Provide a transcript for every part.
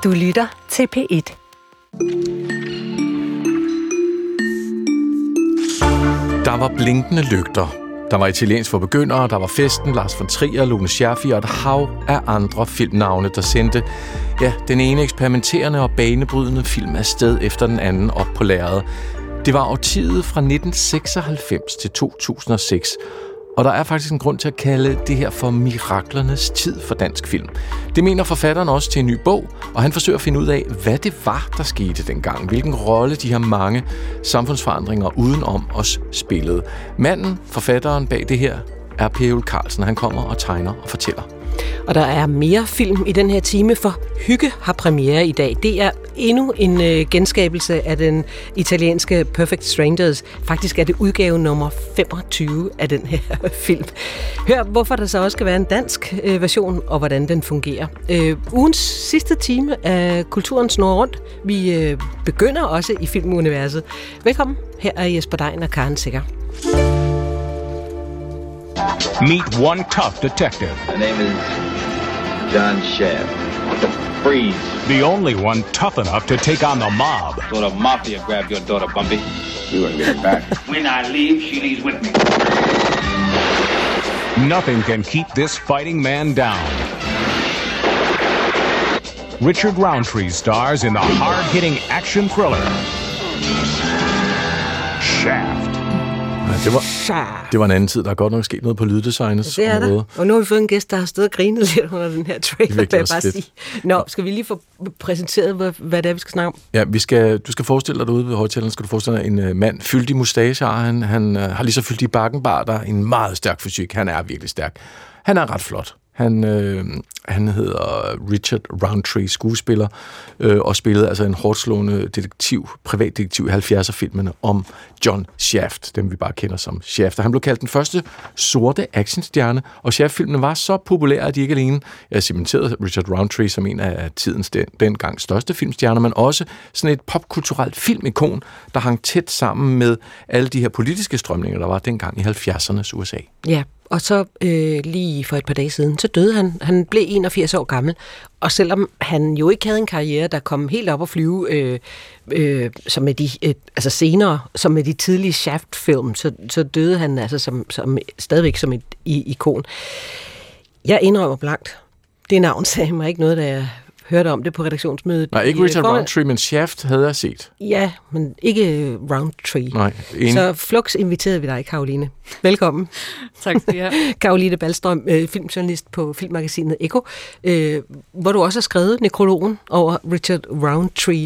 Du lytter til P1. Der var blinkende lygter. Der var italiensk for begyndere, der var Festen, Lars von Trier, Lone Scherfig og et hav af andre filmnavne, der sendte den ene eksperimenterende og banebrydende film afsted efter den anden op på lærredet. Det var årtiet fra 1996 til 2006, og der er faktisk en grund til at kalde det her for miraklernes tid for dansk film. Det mener forfatteren også til en ny bog, og han forsøger at finde ud af, hvad det var, der skete dengang. Hvilken rolle de her mange samfundsforandringer udenom os spillede. Manden, forfatteren bag det her, er Per Juul Carlsen. Han kommer og tegner og fortæller. Og der er mere film i den her time, for Hygge har premiere i dag. Det er endnu en genskabelse af den italienske Perfect Strangers. Faktisk er det udgave nummer 25 af den her film. Hør, hvorfor der så også skal være en dansk version, og hvordan den fungerer. Ugens sidste time af Kulturen snurrer rundt. Vi begynder også i filmuniverset. Velkommen. Her er Jesper Dein og Karen Sikker. Meet one tough detective. My name is John Shaft. Freeze. The only one tough enough to take on the mob. So the mafia grabbed your daughter, Bumpy. We wouldn't get it back. When I leave, she leaves with me. Nothing can keep this fighting man down. Richard Roundtree stars in the hard-hitting action thriller Shaft. Det var en anden tid, der er godt nok sket noget på lyddesignets område. Og nu har vi fået en gæst, der har stået og grinet lidt under den her trailer, vil jeg bare sige. Nå, skal vi lige få præsenteret, hvad det er, vi skal snakke om? Ja, du skal forestille dig derude ved højtaleren, skal du forestille dig en mand fyldt i mustache, han har lige så fyldt i bakkenbarter, en meget stærk fysik, han er virkelig stærk. Han er ret flot. Han hedder Richard Roundtree, skuespiller, og spillede altså en hårdslående privatdetektiv i 70'er-filmene om John Shaft, dem vi bare kender som Shaft. Han blev kaldt den første sorte actionstjerne, og Shaft-filmene var så populære, at de ikke alene cementerede Richard Roundtree som en af tidens dengang største filmstjerner, men også sådan et popkulturelt filmikon, der hang tæt sammen med alle de her politiske strømninger, der var dengang i 70'ernes USA. Ja. Og så lige for et par dage siden, så døde han. Han blev 81 år gammel. Og selvom han jo ikke havde en karriere, der kom helt op at flyve, som med de, senere, som med de tidlige Shaft-film, så døde han altså stadigvæk som et ikon. Jeg indrømmer blankt. Det navn sagde mig ikke noget, da jeg hørte om det på redaktionsmødet. Nej, ikke Richard Roundtree, men Shaft havde jeg set. Ja, men ikke Roundtree. Nej, så flux inviterede vi dig, Karoline. Velkommen. Tak skal du have. Karoline Ballstrøm, filmjournalist på filmmagasinet Ekko, hvor du også har skrevet nekrologen over Richard Roundtree.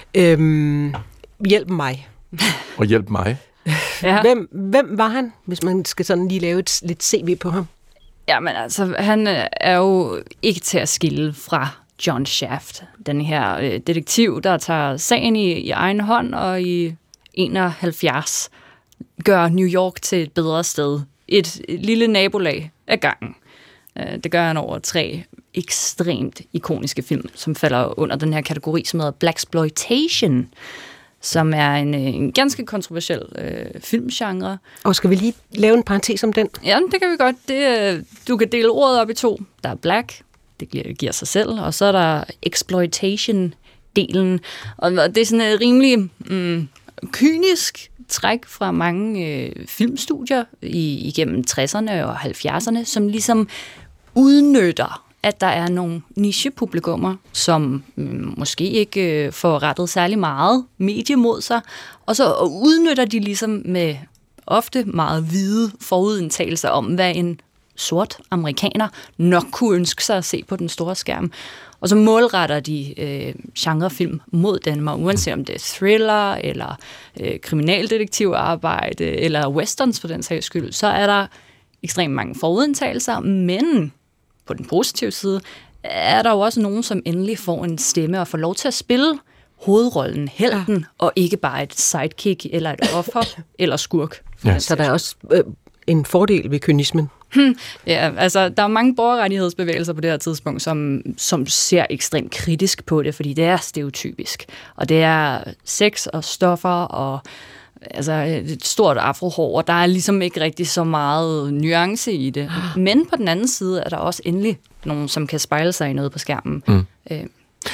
Hjælp mig. Og hjælp mig. Ja. Hvem var han, hvis man skal sådan lige lave et lidt CV på ham? Jamen altså, han er jo ikke til at skille fra John Shaft, den her detektiv, der tager sagen i egen hånd, og i 71 gør New York til et bedre sted. Et lille nabolag af gangen. Det gør han over 3 ekstremt ikoniske film, som falder under den her kategori, som hedder Blaxploitation, som er en ganske kontroversiel filmgenre. Og skal vi lige lave en parentes om den? Ja, det kan vi godt. Du kan dele ordet op i 2. Der er black, det giver sig selv, og så er der exploitation-delen. Og det er sådan et rimelig kynisk træk fra mange filmstudier igennem 60'erne og 70'erne, som ligesom udnytter, at der er nogle nichepublikummer, som måske ikke får rettet særlig meget medie mod sig, og så udnytter de ligesom med ofte meget hvide forudindtagelser om, hvad en sort amerikaner nok kunne ønske sig at se på den store skærm. Og så målretter de genrefilm mod Danmark, uanset om det er thriller, eller kriminaldetektivarbejde, eller westerns for den sags skyld, så er der ekstremt mange forudindtagelser, men på den positive side er der jo også nogen, som endelig får en stemme og får lov til at spille hovedrollen, helten, og ikke bare et sidekick, eller et offer, eller skurk. Ja. Så der er også en fordel ved kynismen. Ja, altså der er mange borgerrettighedsbevægelser på det her tidspunkt, som ser ekstremt kritisk på det, fordi det er stereotypisk. Og det er sex og stoffer og altså et stort afrohår, og der er ligesom ikke rigtig så meget nuance i det. Men på den anden side er der også endelig nogen, som kan spejle sig i noget på skærmen. Men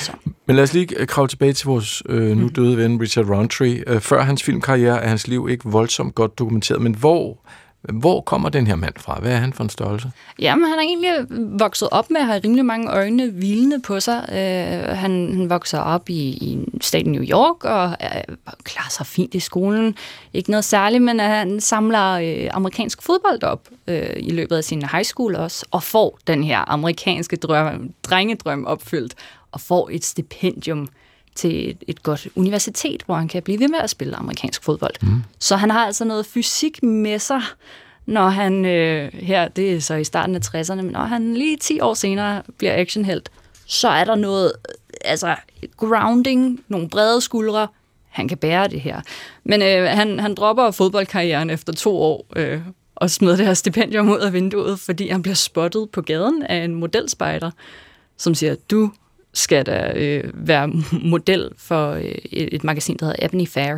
Men lad os lige kravle tilbage til vores nu døde ven, Richard Roundtree. Før hans filmkarriere er hans liv ikke voldsomt godt dokumenteret, men hvor kommer den her mand fra? Hvad er han for en størrelse? Jamen, han er egentlig vokset op med at have rimelig mange øjne hvilende på sig. Han vokser op i staten New York og klarer sig fint i skolen. Ikke noget særligt, men han samler amerikansk fodbold op i løbet af sin high school også, og får den her amerikanske drengedrøm opfyldt, og får et stipendium til et godt universitet, hvor han kan blive ved med at spille amerikansk fodbold. Så han har altså noget fysik med sig, når han, her, det er så i starten af 60'erne, men når han lige 10 år senere bliver actionhelt, så er der noget, altså grounding, nogle brede skuldre, han kan bære det her. Men han dropper fodboldkarrieren efter 2 år, og smider det her stipendium ud af vinduet, fordi han bliver spottet på gaden af en modelspejder, som siger, du skal da være model for et magasin, der hedder Ebony Fair.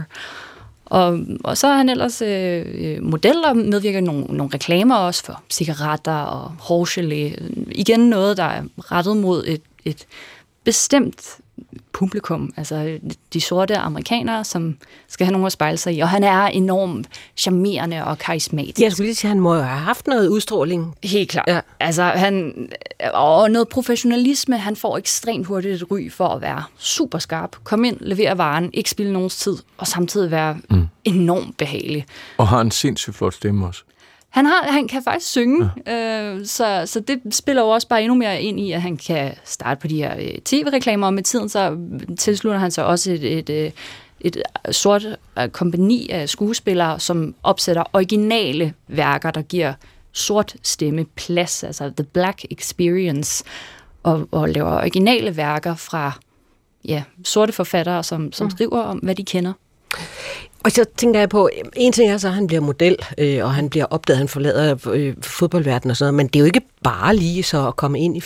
Og så er han ellers model og medvirker nogle reklamer også for cigaretter og hårgelé. Igen noget, der er rettet mod et bestemt publikum, altså de sorte amerikanere, som skal have nogen at spejle sig i. Og han er enormt charmerende og karismatisk. Jeg skulle lige sige, at han må jo have haft noget udstråling. Helt klart. Ja. Altså, og noget professionalisme. Han får ekstremt hurtigt et ry for at være super skarp. Kom ind, levere varen, ikke spille nogens tid, og samtidig være enormt behagelig. Og har en sindssygt flot stemme også. Han kan faktisk synge, så det spiller jo også bare endnu mere ind i, at han kan starte på de her tv-reklamer, og med tiden så tilslutter han sig også et sort kompagni af skuespillere, som opsætter originale værker, der giver sort stemme plads, altså The Black Experience, og laver originale værker fra sorte forfattere, som skriver om, hvad de kender. Og så tænker jeg på, en ting er så, at han bliver model, og han bliver opdaget, han forlader fodboldverdenen og sådan noget, men det er jo ikke bare lige så at komme ind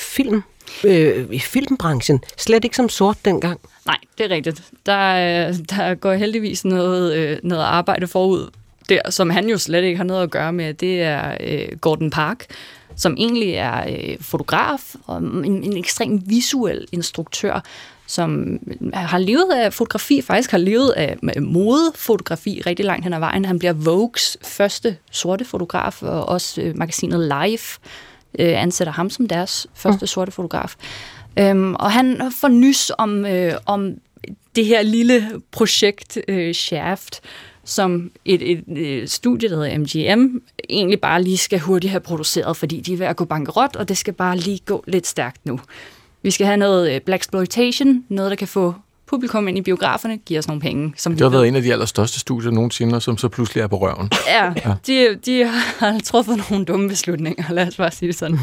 i filmbranchen. Slet ikke som sort dengang. Nej, det er rigtigt. Der går heldigvis noget arbejde forud der, som han jo slet ikke har noget at gøre med. Det er Gordon Park, som egentlig er fotograf og en ekstremt visuel instruktør, som har levet af fotografi, faktisk har levet af modefotografi rigtig langt hen ad vejen. Han bliver Vogues første sorte fotograf, og også magasinet Life ansætter ham som deres første sorte fotograf. Og han får nys om det her lille projekt Shaft, som et studie, der hedder MGM, egentlig bare lige skal hurtigt have produceret, fordi de er ved at gå bankerot, og det skal bare lige gå lidt stærkt nu. Vi skal have noget blaxploitation, noget, der kan få publikum ind i biograferne, giver os nogle penge. Det har været en af de allerstørste studier nogensinde, som så pludselig er på røven. Ja. De har truffet nogle dumme beslutninger, lad os bare sige det sådan.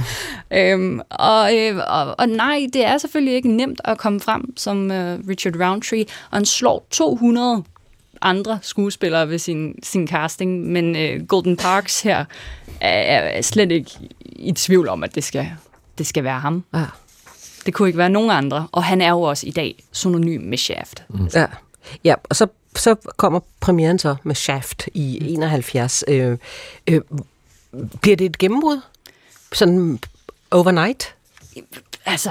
Og nej, det er selvfølgelig ikke nemt at komme frem som Richard Roundtree, og han slår 200 andre skuespillere ved sin casting, men Golden Parks her er slet ikke i tvivl om, at det skal være ham. Ja. Det kunne ikke være nogen andre, og han er jo også i dag synonym med Shaft. Ja, og så kommer premieren så med Shaft i 71. Bliver det et gennembrud? Sådan overnight? Altså,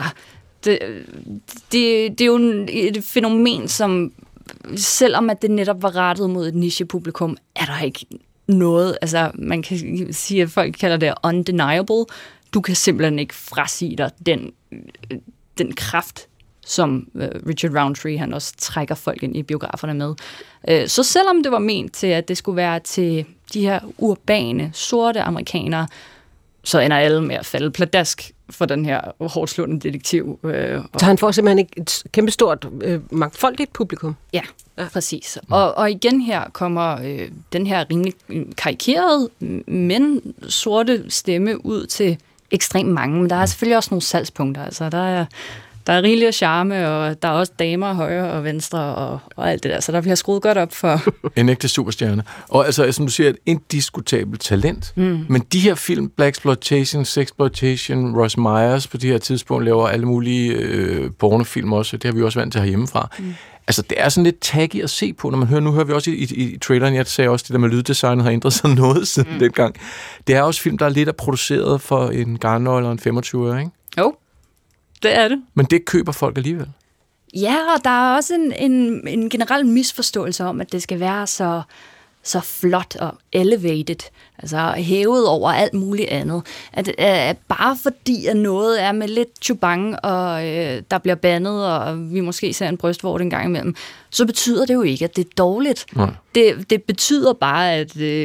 det er jo et fænomen, som selvom at det netop var rettet mod et nichepublikum, er der ikke noget, altså man kan sige, at folk kalder det undeniable. Du kan simpelthen ikke frasige dig den kraft, som Richard Roundtree, han også trækker folk ind i biograferne med. Så selvom det var ment til, at det skulle være til de her urbane, sorte amerikanere, så ender alle med at falde pladask for den her hårdslående detektiv. Så han får simpelthen et kæmpestort, mangfoldigt publikum? Ja, præcis. Og igen her kommer den her rimelig karikerede, men sorte stemme ud til ekstremt mange, men der er selvfølgelig også nogle salgspunkter. Altså, der er rigelig af charme, og der er også damer højre og venstre og alt det der, så der bliver skruet godt op for... En ægte superstjerne. Og altså, som du siger, et indiskutabelt talent. Men de her film, Blaxploitation, Sexploitation, Ross Myers på de her tidspunkt laver alle mulige pornofilm også, det har vi også vant til herhjemmefra. Altså, det er sådan lidt taggy at se på, når man hører, nu hører vi også i traileren, jeg sagde også, det der med lyddesignet har ændret sig noget siden dengang. Det er også film, der er lidt produceret for en garnnøgle eller en 25-øre, ikke? Jo, det er det. Men det køber folk alligevel. Ja, og der er også en generel misforståelse om, at det skal være så flot og elevated, altså hævet over alt muligt andet. At bare fordi at noget er med lidt chubang, og der bliver bandet, og vi måske ser en brystvort en gang imellem, så betyder det jo ikke, at det er dårligt. Det betyder bare,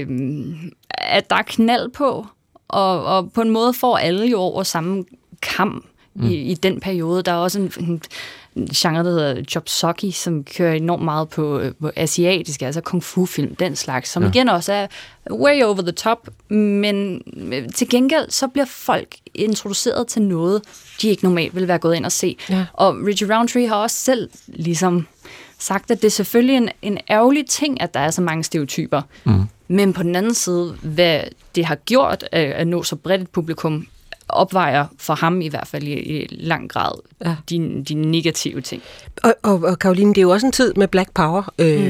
at der er knald på, og på en måde får alle jo over samme kam i den periode. Der er også en genre, der hedder chopsocky, som kører enormt meget på asiatiske, altså kung fu-film, den slags, som igen også er way over the top, men til gengæld så bliver folk introduceret til noget, de ikke normalt ville være gået ind og se. Ja. Og Richard Roundtree har også selv ligesom sagt, at det er selvfølgelig en ærgerlig ting, at der er så mange stereotyper. Men på den anden side, hvad det har gjort at nå så bredt et publikum, opvejer for ham i hvert fald i lang grad de negative ting. Og Caroline, det er jo også en tid med Black Power,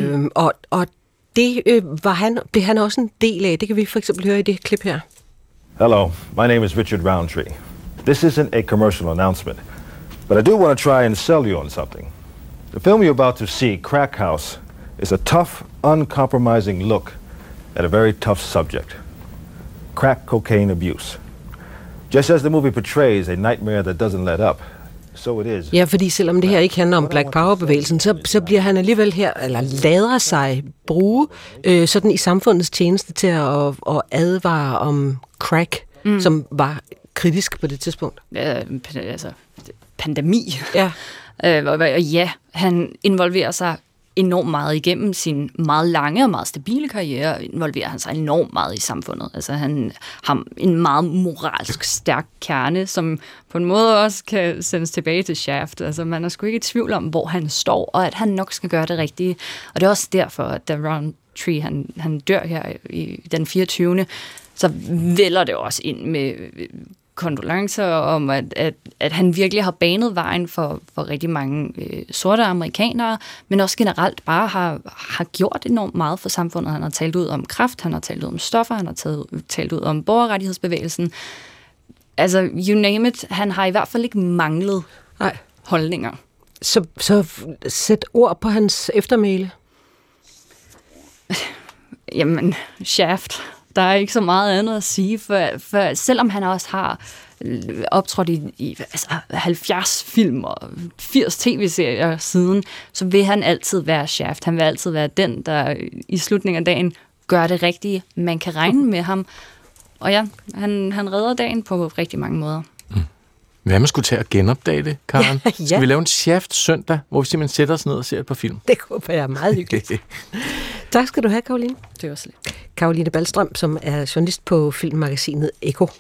og det blev han også en del af. Det kan vi for eksempel høre i det klip her. Hello, my name is Richard Roundtree. This isn't a commercial announcement, but I do want to try and sell you on something. The film you're about to see, Crack House, is a tough, uncompromising look at a very tough subject. Crack cocaine abuse. Just as the movie portrays a nightmare that doesn't let up, so it is. Ja, fordi selvom det her ikke handler om Black Power-bevægelsen, så bliver han alligevel her, eller lader sig bruge sådan i samfundets tjeneste til at advare om crack, som var kritisk på det tidspunkt. Ja, altså pandemi. Ja. Ja, han involverer sig enormt meget igennem sin meget lange og meget stabile karriere, involverer han sig enormt meget i samfundet. Altså han har en meget moralsk stærk kerne, som på en måde også kan sendes tilbage til Shaft. Altså man er sgu ikke i tvivl om, hvor han står, og at han nok skal gøre det rigtige. Og det er også derfor, at da Roundtree han dør her i den 24. så vælger det også ind med kondolencer om, at han virkelig har banet vejen for rigtig mange sorte amerikanere, men også generelt bare har gjort enormt meget for samfundet. Han har talt ud om kræft, han har talt ud om stoffer, han har talt ud om borgerrettighedsbevægelsen. Altså, you name it. Han har i hvert fald ikke manglet holdninger. Så sæt ord på hans eftermæle. Jamen, Shaft. Der er ikke så meget andet at sige, for selvom han også har optrådt i 70 film og 80 tv-serier siden, så vil han altid være Shaft. Han vil altid være den, der i slutningen af dagen gør det rigtige. Man kan regne med ham. Og ja, han redder dagen på rigtig mange måder. Hvad man skulle tage at genopdage det, Karen? Ja. Skal vi lave en Shaft søndag, hvor vi simpelthen sætter os ned og ser et par film? Det kunne være meget hyggeligt. Tak skal du have, Caroline. Det var slet. Caroline Ballstrøm, som er journalist på filmmagasinet Ekko.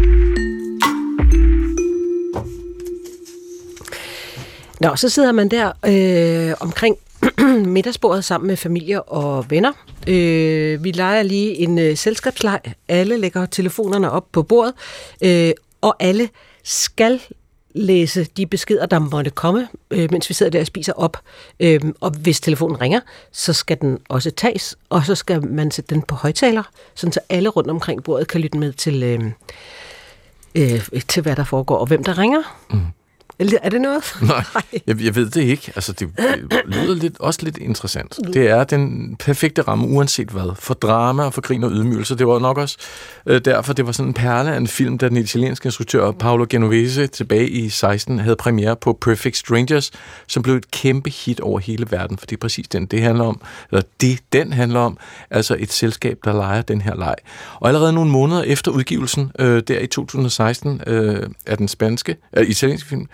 Nå, så sidder man der omkring middagsbordet sammen med familie og venner. Vi leger lige en selskabsleg. Alle lægger telefonerne op på bordet, og alle skal læse de beskeder, der måtte komme, mens vi sidder der og spiser op. Og hvis telefonen ringer, så skal den også tages, og så skal man sætte den på højttaler, sådan så alle rundt omkring bordet kan lytte med til hvad der foregår, og hvem der ringer. Er det noget? Nej, jeg ved det ikke. Altså, det lyder også lidt interessant. Det er den perfekte ramme, uanset hvad. For drama og for grin og ydmygelse. Det var nok også derfor, det var sådan en perle af en film, da den italienske instruktør Paolo Genovese tilbage i 16 havde premiere på Perfect Strangers, som blev et kæmpe hit over hele verden, for det er præcis den handler om. Eller den handler om, altså et selskab, der leger den her leg. Og allerede nogle måneder efter udgivelsen, der i 2016, af den italienske film,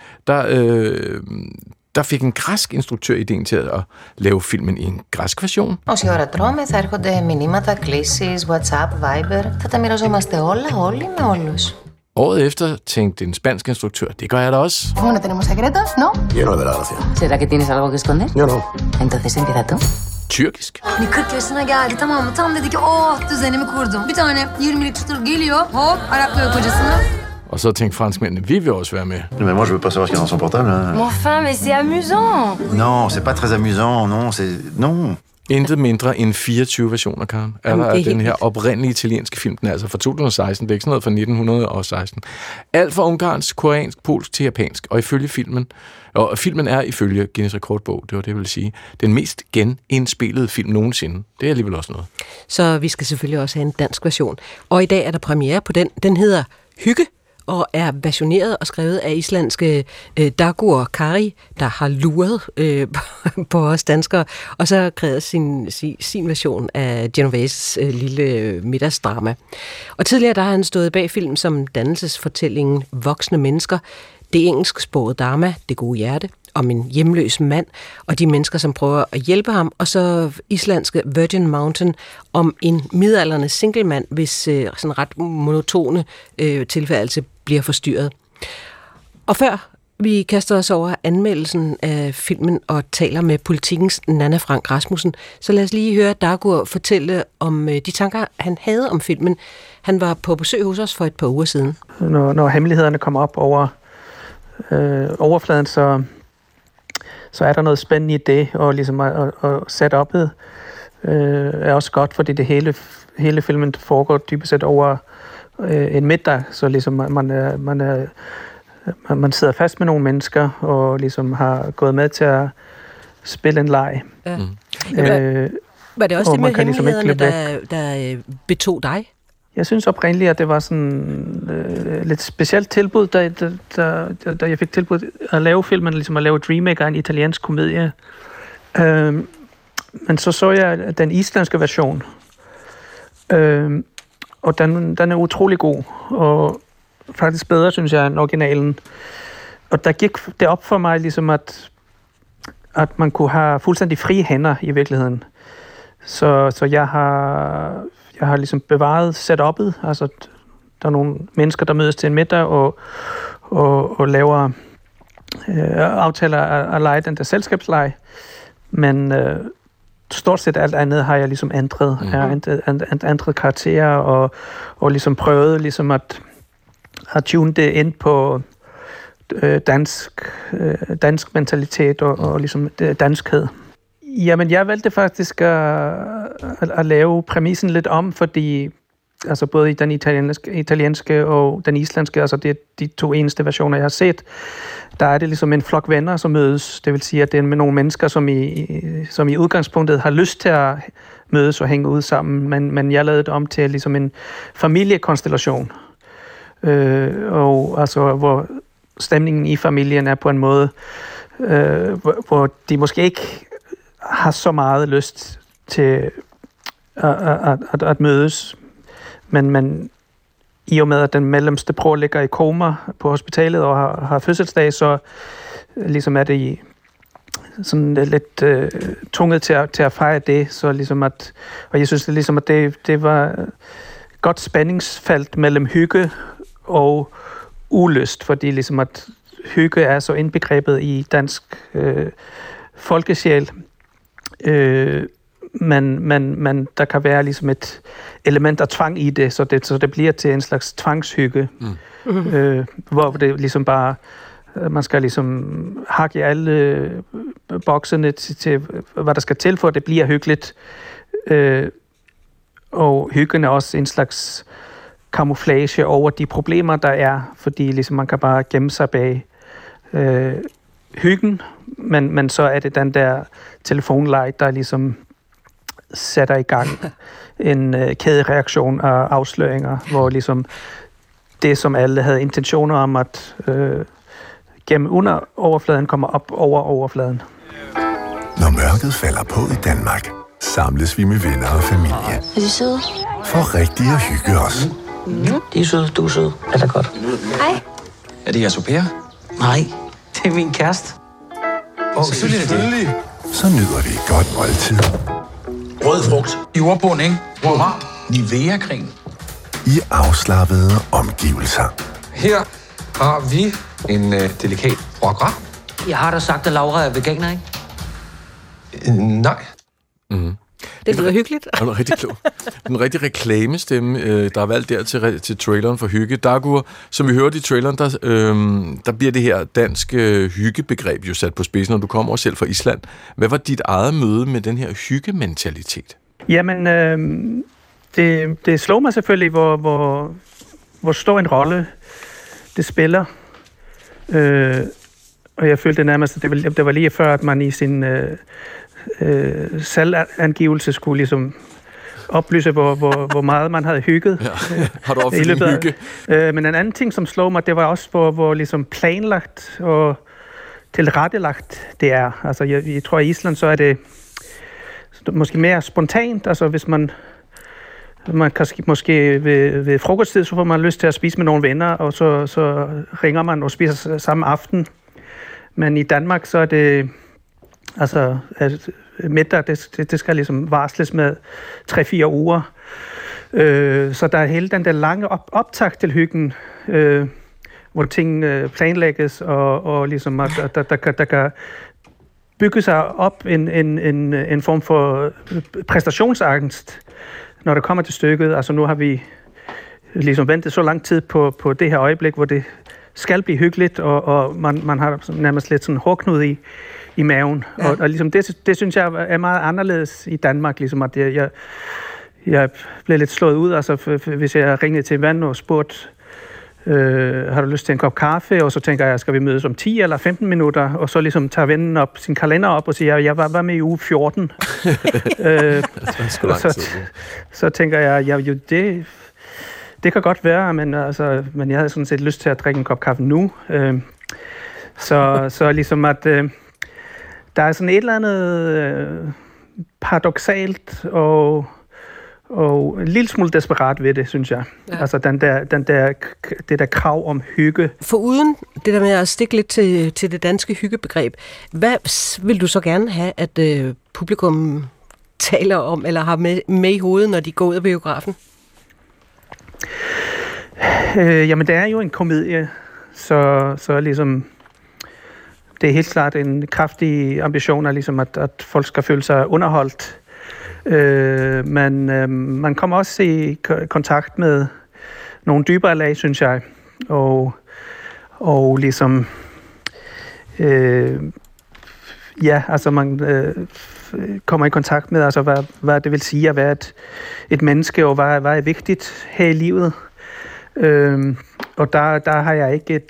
der fik en græsk instruktør ideen til at lave filmen i en græsk version. Όση ώρα τρώμε θα έρχονται μηνύματα, κλήσεις, WhatsApp, Viber. Θα τα μοιραζόμαστε όλα, όλοι με όλους. Året efter tænkte en spansk instruktør, det gør jeg da også. Bueno, tenemos secretos, ¿no? Yo no, de la gracia. ¿Será que tienes algo que esconder? Yo no. Entonces empieza tú. Tyrkisk. 40 yaşına geldi, tamam mı? Tam dedi ki düzenimi kurdum. Bir tane 20'lik çıtır geliyor, hop araklıyor kocasını. Og så tænkte franskmændene, vi vil også være med. Mais moi, je veux pas savoir ce qu'il y a dans son portable. Hein. Mais enfin, mais c'est amusant. Non, c'est pas très amusant, non, c'est... Non. Intet mindre end 24 versioner, Karen. Er der den her oprindelige italienske film, den er altså fra 2016, det er ikke sådan noget fra 1916. Alt fra ungarsk, koreansk, polsk til japansk, og filmen er ifølge Guinness Rekordbog, det var det, jeg ville sige, den mest genindspillede film nogensinde. Det er alligevel også noget. Så vi skal selvfølgelig også have en dansk version. Og i dag er der premiere på den. Den hedder Hygge, og er versioneret og skrevet af islandske Dagur Kari, der har luret på os danskere, og så kreeret sin version af Genoveses lille middagsdrama. Og tidligere der har han stået bag film som dannelsesfortællingen Voksne Mennesker, det engelsksprogede drama Det Gode Hjerte, om en hjemløs mand og de mennesker, som prøver at hjælpe ham, og så islandske Virgin Mountain om en midaldrende singlemand, hvis sådan ret monotone tilværelse bliver forstyrret. Og før vi kaster os over anmeldelsen af filmen og taler med Politikens Nanna Frank Rasmussen, så lad os lige høre Dagur fortælle om de tanker, han havde om filmen. Han var på besøg hos os for et par uger siden. Når hemmelighederne kommer op over overfladen, så er der noget spændende i det, og ligesom at setup'et er også godt, fordi det hele filmen foregår dybest set over en middag, så ligesom man sidder fast med nogle mennesker, og ligesom har gået med til at spille en leg. Ja. Var det også det med hemmelighederne, der betog dig? Jeg synes oprindeligt, at det var sådan lidt specielt tilbud, da jeg fik tilbud at lave filmen, ligesom at lave et remake af en italiensk komedie. Men så jeg den islandske version, og den er utrolig god, og faktisk bedre, synes jeg, end originalen. Og der gik det op for mig, ligesom at man kunne have fuldstændig frie hænder i virkeligheden. Så jeg har ligesom bevaret setup'et, altså der er nogle mennesker, der mødes til en middag og laver aftaler at lege den der selskabsleg, men stort set alt andet har jeg ligesom ændret. Jeg har ændret karakterer og ligesom prøvet ligesom at tune det ind på dansk mentalitet og ligesom danskhed. Jamen, jeg valgte faktisk at lave præmissen lidt om, fordi altså både i den italienske og den islandske, altså det er de to eneste versioner, jeg har set, der er det ligesom en flok venner, som mødes. Det vil sige, at det er med nogle mennesker, som i udgangspunktet har lyst til at mødes og hænge ud sammen, men jeg lavede det om til ligesom en familiekonstellation. Og altså, hvor stemningen i familien er på en måde, hvor de måske ikke har så meget lyst til at mødes, men i og med, at den mellemste bror ligger i koma på hospitalet og har fødselsdag, så ligesom er det sådan lidt tunget til at fejre det, så ligesom at, og jeg synes ligesom, at det var godt spændingsfelt mellem hygge og ulyst, fordi ligesom at hygge er så indbegrebet i dansk folkesjæl, men der kan være ligesom et element af tvang i det, så det bliver til en slags tvangshygge, hvor det ligesom bare, man skal ligesom hakke i alle boksene til, hvad der skal til for, at det bliver hyggeligt. Og hyggen er også en slags camouflage over de problemer, der er, fordi ligesom man kan bare gemme sig bag hyggen, men så er det den der telefonleg, der ligesom sætter i gang en kædereaktion af afsløringer, hvor ligesom det, som alle havde intentioner om at gemme under overfladen, kommer op over overfladen. Når mørket falder på i Danmark, samles vi med venner og familie. Er de søde? For rigtig at hygge os. De er søde, du er sød. Alt er godt. Hej. Er det jeres au pair? Nej, det er min kæreste. Selvfølgelig. Så nyder vi et godt måltid. Rød frugt. Jordbund, ikke? Nivea-creme. I afslappede omgivelser. Her har vi en delikat foie gras. Jeg har da sagt, at Laura er veganer, ikke? Nej. Mm. Det lyder hyggeligt. Det er rigtig klog. En rigtig reklamestemme, der er valgt der til traileren for Hygge. Dagur, som vi hørte i traileren, der bliver det her danske hyggebegreb jo sat på spidsen, og du kommer også selv fra Island. Hvad var dit eget møde med den her hyggementalitet? Jamen, det slog mig selvfølgelig, hvor stor en rolle det spiller. Og jeg følte nærmest, at det var lige før, at man i sin selvangivelse skulle ligesom oplyse, hvor meget man havde hygget. Ja. Har du opfyldt en hygge? Men en anden ting, som slog mig, det var også, hvor ligesom planlagt og tilrettelagt det er. Altså, jeg tror, i Island, så er det måske mere spontant. Altså, hvis man kan måske ved frokosttid, så får man lyst til at spise med nogle venner, og så ringer man og spiser samme aften. Men i Danmark, så er det, altså, middag, det skal ligesom varsles med 3-4 uger. Så der er hele den der lange optakt til hyggen, hvor ting planlægges, og ligesom, at der kan bygge sig op en form for præstationsangst, når det kommer til stykket. Altså nu har vi ligesom ventet så lang tid på det her øjeblik, hvor det skal blive hyggeligt, og man har nærmest lidt sådan hårdknude i maven. Ja. Og ligesom det synes jeg er meget anderledes i Danmark, ligesom at jeg blev lidt slået ud, altså hvis jeg ringede til en ven og spurgte, har du lyst til en kop kaffe, og så tænker jeg, skal vi mødes om 10 eller 15 minutter, og så ligesom tager vennen op sin kalender op og siger, jeg var med i uge 14. Så tænker jeg, jo det kan godt være, men jeg havde sådan set lyst til at drikke en kop kaffe nu. Så ligesom at der er sådan et eller andet paradoksalt og en lille smule desperat ved det, synes jeg. Ja. Altså det der krav om hygge. Foruden det der med at stikke lidt til det danske hyggebegreb, hvad vil du så gerne have, at publikum taler om, eller har med i hovedet, når de går ud af biografen? Jamen, det er jo en komedie, så ligesom det er helt klart en kraftig ambition, at, ligesom at folk skal føle sig underholdt. Men man kommer også i kontakt med nogle dybere lag, synes jeg, og ligesom altså man kommer i kontakt med, altså hvad det vil sige at være et menneske, og hvad er vigtigt her i livet. Og der har jeg ikke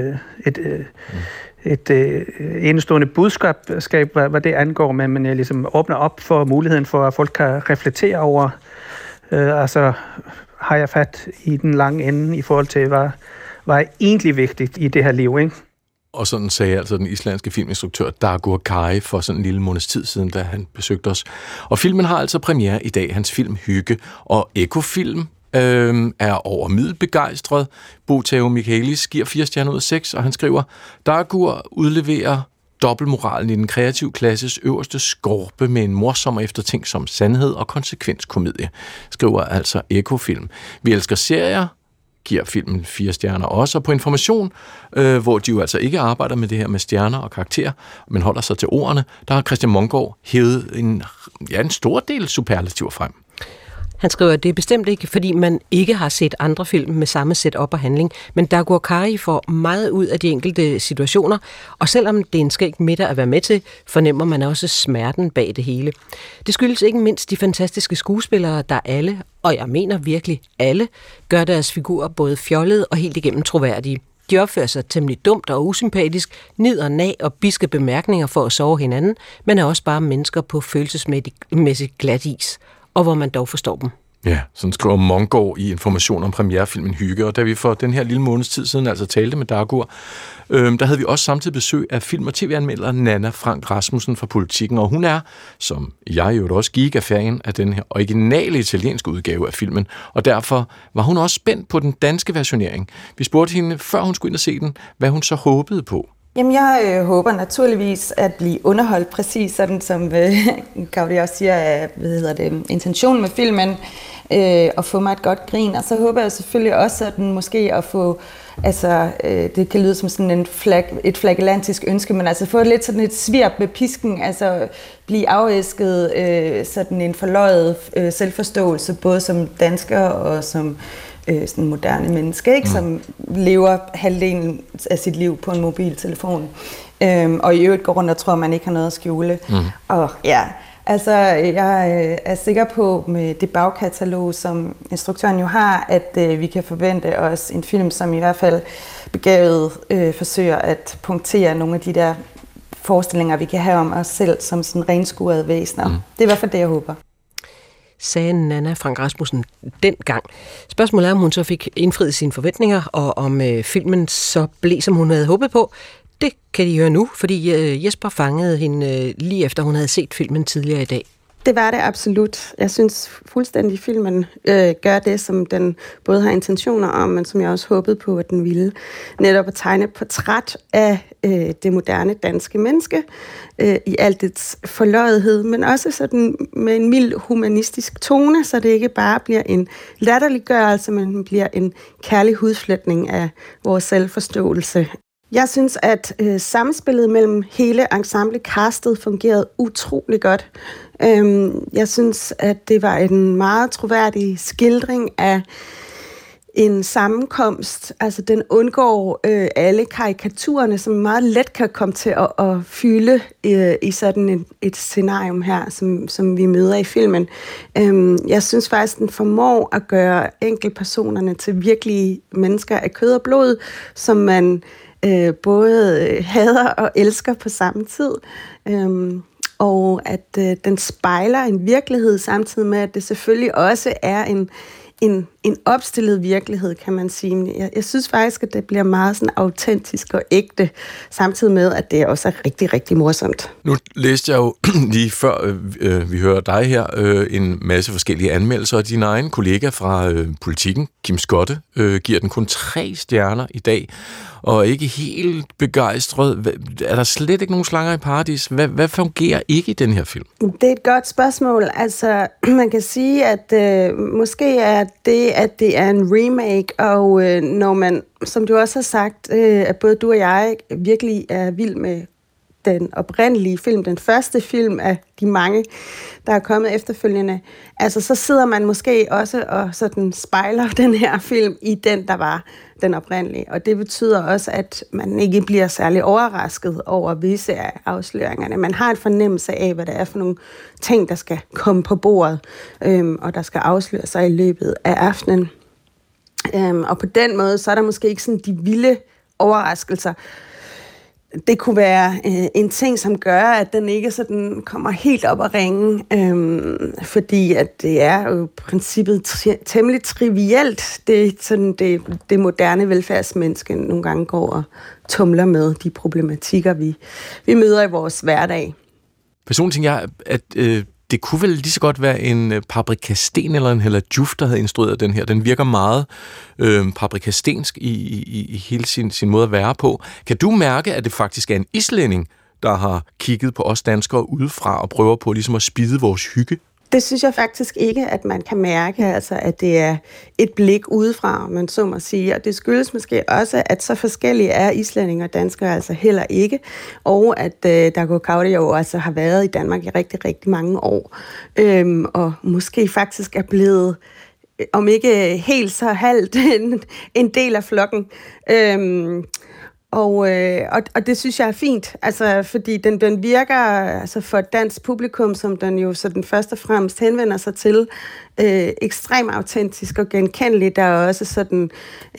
et enestående budskab, hvad det angår, men jeg ligesom åbner op for muligheden for, at folk kan reflektere over, altså har jeg fat i den lange ende i forhold til, hvad er egentlig vigtigt i det her liv, ikke? Og sådan sagde altså den islandske filminstruktør Dagur Kari for sådan en lille måneds tid siden, da han besøgte os. Og filmen har altså premiere i dag, hans film Hygge, og Ekofilm er over middelbegejstret. Bo Theo Michaelis giver 4 stjerner ud af 6, og han skriver, Dagur udleverer dobbeltmoralen i den kreative klasses øverste skorpe med en morsom og eftertænksom sandhed og konsekvenskomedie, skriver altså Ekofilm. Vi elsker serier, giver filmen 4 stjerner også, og på Information, hvor de jo altså ikke arbejder med det her med stjerner og karakterer, men holder sig til ordene, der har Christian Mongård hævet en stor del superlativer frem. Han skriver, at det er bestemt ikke, fordi man ikke har set andre film med samme setup og handling, men Dagur Kari får meget ud af de enkelte situationer, og selvom det er en skæg middag at være med til, fornemmer man også smerten bag det hele. Det skyldes ikke mindst de fantastiske skuespillere, der alle, og jeg mener virkelig alle, gør deres figurer både fjollede og helt igennem troværdige. De opfører sig temmelig dumt og usympatisk, nid og nag og bidske bemærkninger for at sove hinanden, men er også bare mennesker på følelsesmæssigt glat is, og hvor man dog forstår dem. Ja, sådan skriver Mongård i Information om premierefilmen Hygge, og da vi for den her lille måneds tid siden altså talte med Dagur, der havde vi også samtidig besøg af film- og tv-anmelder Nanna Frank Rasmussen fra Politikken, og hun er, som jeg jo også gigafan af den her originale italienske udgave af filmen, og derfor var hun også spændt på den danske versionering. Vi spurgte hende, før hun skulle ind og se den, hvad hun så håbede på. Jamen, jeg håber naturligvis at blive underholdt præcis sådan, som Gaudi også siger, intentionen med filmen. og få mig et godt grin. Og så håber jeg selvfølgelig også, at den måske at få, altså det kan lyde som sådan et flagellantisk ønske, men altså få lidt sådan et svirp med pisken, altså blive afæsket sådan en forløjet selvforståelse, både som dansker og som sådan moderne menneske, ikke? Som lever halvdelen af sit liv på en mobiltelefon. Og i øvrigt går rundt og tror, man ikke har noget at skjule. Og ja, altså jeg er sikker på med det bagkatalog, som instruktøren jo har, at vi kan forvente os en film, som i hvert fald begavet forsøger at punktere nogle af de der forestillinger, vi kan have om os selv som sådan renskurede væsener. Det er i hvert fald det, jeg håber. Sagde Nanna Frank Rasmussen dengang. Spørgsmålet er, om hun så fik indfriet sine forventninger, og om filmen så blev, som hun havde håbet på. Det kan de høre nu, fordi Jesper fangede hende lige efter, hun havde set filmen tidligere i dag. Det var det absolut. Jeg synes fuldstændig, filmen gør det, som den både har intentioner om, men som jeg også håbede på, at den ville. Netop at tegne et portræt af det moderne danske menneske i alt dets forløjethed, men også sådan med en mild humanistisk tone, så det ikke bare bliver en latterliggørelse, men bliver en kærlig hudfletning af vores selvforståelse. Jeg synes, at samspillet mellem hele ensemble-castet fungerede utrolig godt. Jeg synes, at det var en meget troværdig skildring af en sammenkomst. Altså, den undgår alle karikaturerne, som meget let kan komme til at fylde i sådan et scenarium her, som vi møder i filmen. Jeg synes faktisk, den formår at gøre enkeltpersonerne til virkelige mennesker af kød og blod, som man både hader og elsker på samme tid. Og at den spejler en virkelighed, samtidig med, at det selvfølgelig også er en opstillet virkelighed, kan man sige. Jeg synes faktisk, at det bliver meget sådan autentisk og ægte, samtidig med, at det også er rigtig, rigtig morsomt. Nu læste jeg jo lige før vi hører dig her, en masse forskellige anmeldelser, og din egen kollega fra Politikken, Kim Skotte, giver den kun 3 stjerner i dag, og ikke helt begejstret. Er der slet ikke nogen slanger i paradis? Hvad fungerer ikke i den her film? Det er et godt spørgsmål. Altså, man kan sige, at måske er det, at det er en remake, og når man, som du også har sagt, at både du og jeg virkelig er vild med den oprindelige film, den første film af de mange, der er kommet efterfølgende, altså så sidder man måske også og sådan spejler den her film i den, der var den oprindelige. Og det betyder også, at man ikke bliver særlig overrasket over visse af afsløringerne. Man har en fornemmelse af, hvad det er for nogle ting, der skal komme på bordet, og der skal afsløre sig i løbet af aftenen. Og på den måde, så er der måske ikke sådan de vilde overraskelser. Det kunne være en ting, som gør, at den ikke sådan kommer helt op at ringe, fordi at det er jo i princippet temmelig trivielt, det moderne velfærdsmenneske nogle gange går og tumler med de problematikker, vi møder i vores hverdag. Personligt tænker jeg, at det kunne vel lige så godt være en Paprika Steen eller en Hella Juf, der havde instrueret den her. Den virker meget Paprika Stensk i hele sin måde at være på. Kan du mærke, at det faktisk er en islænding, der har kigget på os danskere udefra og prøver på ligesom at spide vores hygge? Det synes jeg faktisk ikke, at man kan mærke, altså at det er et blik udefra, man så må sige. Og det skyldes måske også, at så forskellige er islændinge og danskere altså heller ikke. Og at Dago Kaudi jo altså har været i Danmark i rigtig, rigtig mange år. Og måske faktisk er blevet, om ikke helt så halvt, en del af flokken. Og det synes jeg er fint, altså, fordi den virker altså for et dansk publikum, som den jo sådan først og fremmest henvender sig til, ekstremt autentisk og genkendelig. Der er også sådan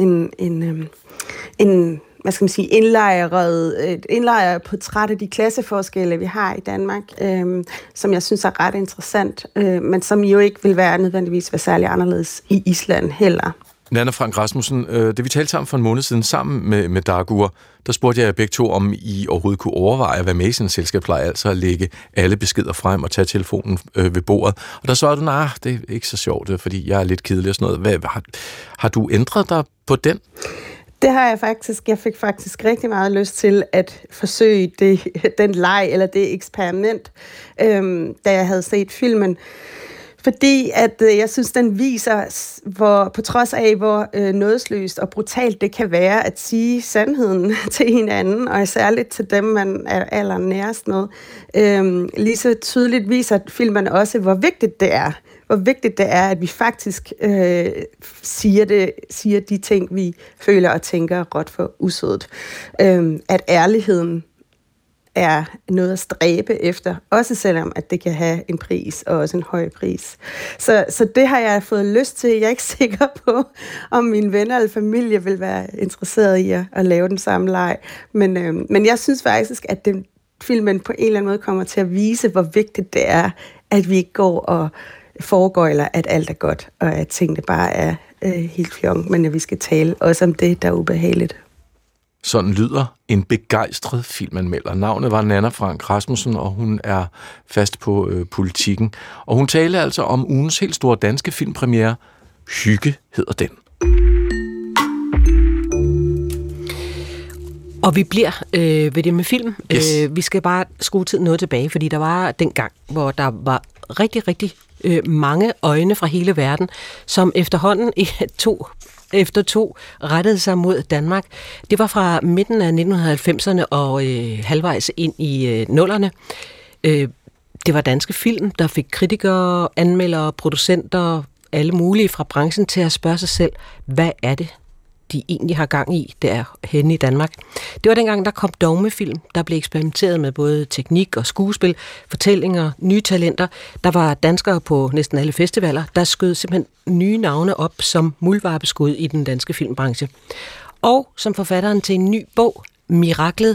en hvad skal man sige, indlejret portræt af de klasseforskelle, vi har i Danmark, som jeg synes er ret interessant, men som jo ikke vil være nødvendigvis være særlig anderledes i Island heller. Nanna Frank Rasmussen, det vi talte sammen for en måned siden sammen med Dagur, der spurgte jeg jer begge to, om I overhovedet kunne overveje at være med i sådan en selskabspleje, altså at lægge alle beskeder frem og tage telefonen ved bordet. Og der svarede du, nej, det er ikke så sjovt, fordi jeg er lidt kedelig og sådan noget. Har du ændret dig på den? Det har jeg faktisk. Jeg fik faktisk rigtig meget lyst til at forsøge den leg eller det eksperiment, da jeg havde set filmen. Fordi at jeg synes, den viser, hvor på trods af, hvor nådesløst og brutalt det kan være at sige sandheden til hinanden, og særligt til dem, man er allernærest med, lige så tydeligt viser filmen også, hvor vigtigt det er. Hvor vigtigt det er, at vi faktisk siger de ting, vi føler og tænker råt for usødet. At ærligheden er noget at stræbe efter, også selvom at det kan have en pris, og også en høj pris. Så det har jeg fået lyst til. Jeg er ikke sikker på, om mine venner eller familie vil være interesseret i at lave den samme leg. Men jeg synes faktisk, at filmen på en eller anden måde kommer til at vise, hvor vigtigt det er, at vi ikke går og foregøjler, at alt er godt, og at tingene bare er helt fjong, men at vi skal tale også om det, der er ubehageligt. Sådan lyder en begejstret filmanmelder. Navnet var Nanna Frank Rasmussen, og hun er fast på Politikken. Og hun taler altså om ugens helt store danske filmpremiere. Hygge hedder den. Og vi bliver ved det med film. Yes. Vi skal bare skrue tiden noget tilbage, fordi der var den gang, hvor der var rigtig mange øjne fra hele verden, som efterhånden efter to rettede sig mod Danmark. Det var fra midten af 1990'erne og halvvejs ind i 00'erne. Det var danske film, der fik kritikere, anmeldere, producenter, alle mulige fra branchen til at spørge sig selv, hvad er det, de egentlig har gang i, der henne i Danmark. Det var dengang, der kom dogmefilm, der blev eksperimenteret med både teknik og skuespil, fortællinger, nye talenter. Der var danskere på næsten alle festivaler, der skød simpelthen nye navne op som muldvarpeskud i den danske filmbranche. Og som forfatteren til en ny bog, Miraklet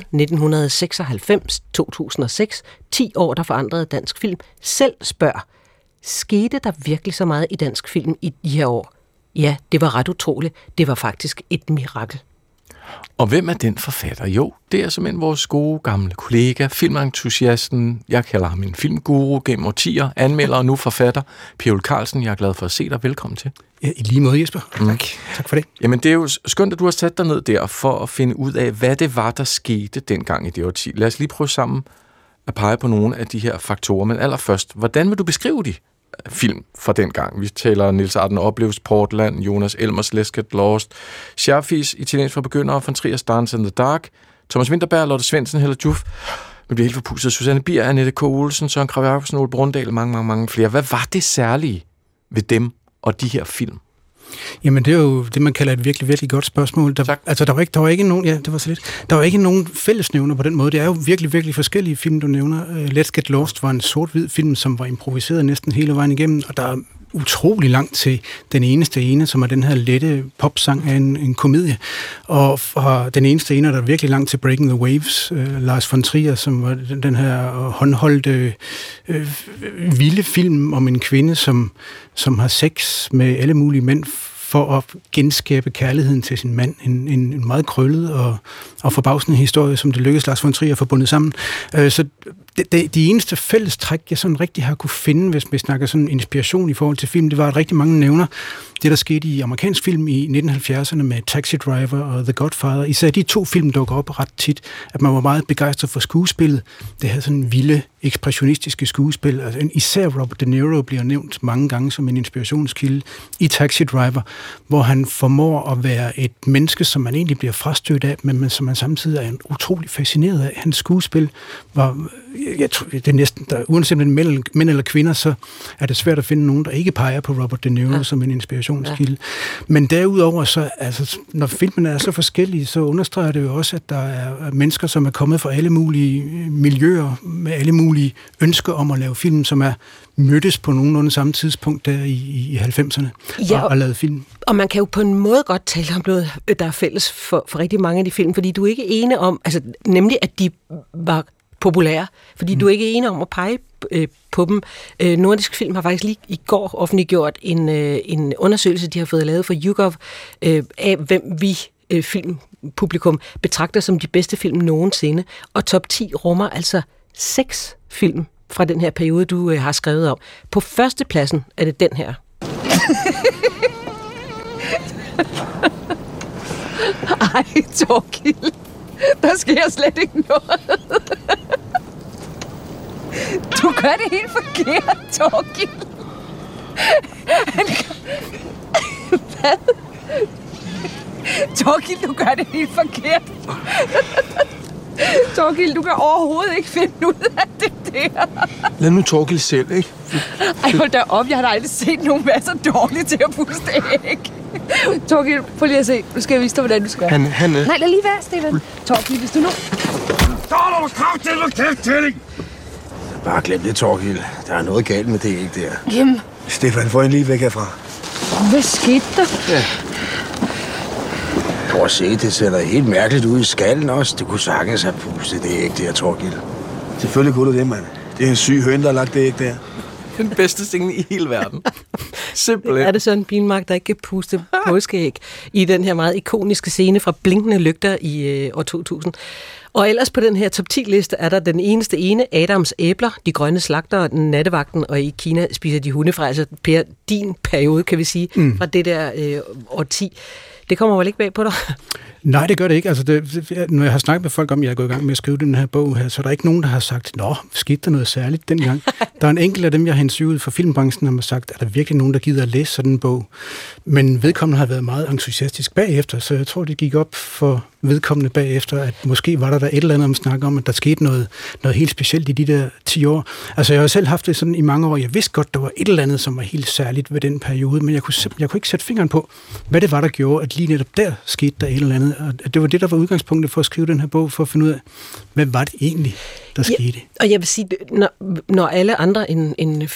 1996-2006, 10 år, der forandrede dansk film, selv spørger, skete der virkelig så meget i dansk film i de her år? Ja, det var ret utroligt. Det var faktisk et mirakel. Og hvem er den forfatter? Jo, det er simpelthen vores gode gamle kollega, filmentusiasten, jeg kalder ham en filmguru gennem årtier, anmelder og nu forfatter, Per Ulf Carlsen. Jeg er glad for at se dig. Velkommen til. Ja, i lige måde, Jesper. Tak for det. Jamen, det er jo skønt, at du har sat dig ned der for at finde ud af, hvad det var, der skete dengang i det årti. Lad os lige prøve sammen at pege på nogle af de her faktorer. Men allerførst, hvordan vil du beskrive de film fra den gang? Vi taler Niels Arden Opleves Portland, Jonas Elmers Let's Get Lost, Scherfis Italiensk for begyndere, von Triers Dance in the Dark, Thomas Vinterberg, Lotte Svendsen, Hella Juf, man bliver helt forpustet, Susanne Bier, Annette K. Olsen, Søren Krag Jacobsen, Ole Brundal, mange flere. Hvad var det særlige ved dem og de her film? Jamen, det er jo det, man kalder et virkelig, virkelig godt spørgsmål. Der var ikke nogen, ja, det var så lidt. Der var ikke nogen fællesnævner på den måde. Det er jo virkelig, virkelig forskellige film, du nævner. Let's Get Lost var en sort-hvid film, som var improviseret næsten hele vejen igennem, og der er utrolig langt til den eneste ene, som er den her lette popsang af en komedie. Og fra den eneste ene er der virkelig langt til Breaking the Waves, Lars von Trier, som var den her håndholdte vilde film om en kvinde, som har sex med alle mulige mænd for at genskabe kærligheden til sin mand. En meget krøllet og forbavsende historie, som det lykkedes Lars von Trier at få bundet sammen. Så de eneste fællestræk, jeg sådan rigtig har kunne finde, hvis vi snakker sådan inspiration i forhold til film, det var, at rigtig mange nævner det, der skete i amerikansk film i 1970'erne med Taxi Driver og The Godfather. Især de to film dukker op ret tit, at man var meget begejstret for skuespillet. Det havde sådan vilde, ekspressionistiske skuespil. Altså, især Robert De Niro bliver nævnt mange gange som en inspirationskilde i Taxi Driver, hvor han formår at være et menneske, som man egentlig bliver frastødt af, men som man samtidig er utrolig fascineret af. Hans skuespil var, jeg tror, det er næsten, uanset mænd eller kvinder, så er det svært at finde nogen, der ikke peger på Robert De Niro som en inspirationskilde. Ja. Men derudover, så, altså, når filmen er så forskellige, så understreger det jo også, at der er mennesker, som er kommet fra alle mulige miljøer, med alle mulige ønsker om at lave film, som er mødtes på nogenlunde samme tidspunkt der i 90'erne og lavet film. Og man kan jo på en måde godt tale om noget, der er fælles for rigtig mange af de film, fordi du er ikke ene om, altså nemlig at de var populære, fordi du er ikke enig om at pege på dem. Nordisk Film har faktisk lige i går offentliggjort en undersøgelse, de har fået lavet for YouGov, af hvem vi filmpublikum betragter som de bedste film nogensinde, og top 10 rummer altså 6 film fra den her periode, du har skrevet om. På førstepladsen er det den her. Ej, Torkild. Der sker slet ikke noget. Du gør det helt forkert, Torkild. Hvad? Torkild, du gør det helt forkert. Torkild, du kan overhovedet ikke finde ud af det der. Lad nu Torkild selv, ikke? Ej, hold da op. Jeg har da aldrig set nogen være så dårlig til at puste æg. Torkild, prøv lige at se. Nu skal jeg vise dig, hvordan du skal. Han Nej, lad lige være, Stefan. Torkild, hvis du nu... Så er der kraft til at kæft tælling! Bare glem det, Torkild. Der er noget galt med det ikke der. Jamen... Stefan, få en lige væk herfra. Hvad skete der? Ja. Prøv at se, det ser da helt mærkeligt ud i skallen også. Du kunne sagtens have pustet det æg der, Torkild. Selvfølgelig kunne du det, mand. Det er en syg høne, der har lagt det æg der. Den bedste ting i hele verden. Simpelthen. Er det sådan en bilmark, der ikke kan puste påskeæg i den her meget ikoniske scene fra Blinkende Lygter i år 2000? Og ellers på den her top 10-liste er der den eneste ene, Adams æbler, De grønne slagtere, Nattevagten, og i Kina spiser de hundefra. Altså Per, din periode, kan vi sige, fra det der årti. Det kommer vel ikke bag på dig? Nej, det gør det ikke. Altså når jeg har snakket med folk om, at jeg er gået i gang med at skrive den her bog her, så er der ikke nogen, der har sagt, nå, skete der noget særligt dengang. Der er en enkelt af dem, jeg har interviewet fra filmbranchen, som har sagt, er der virkelig nogen, der gider at læse sådan en bog? Men vedkommende har været meget entusiastisk bagefter, så jeg tror, det gik op for vedkommende bagefter, at måske var der et eller andet om snak om, at der skete noget helt specielt i de der 10 år. Altså jeg har selv haft det sådan i mange år. Jeg vidste godt, der var et eller andet, som var helt særligt ved den periode, men jeg kunne ikke sætte fingeren på, hvad det var, der gjorde, at lige netop der skete der et eller andet. Og det var det, der var udgangspunktet for at skrive den her bog, for at finde ud af, hvad var det egentlig, der skete. Og jeg vil sige, når alle andre end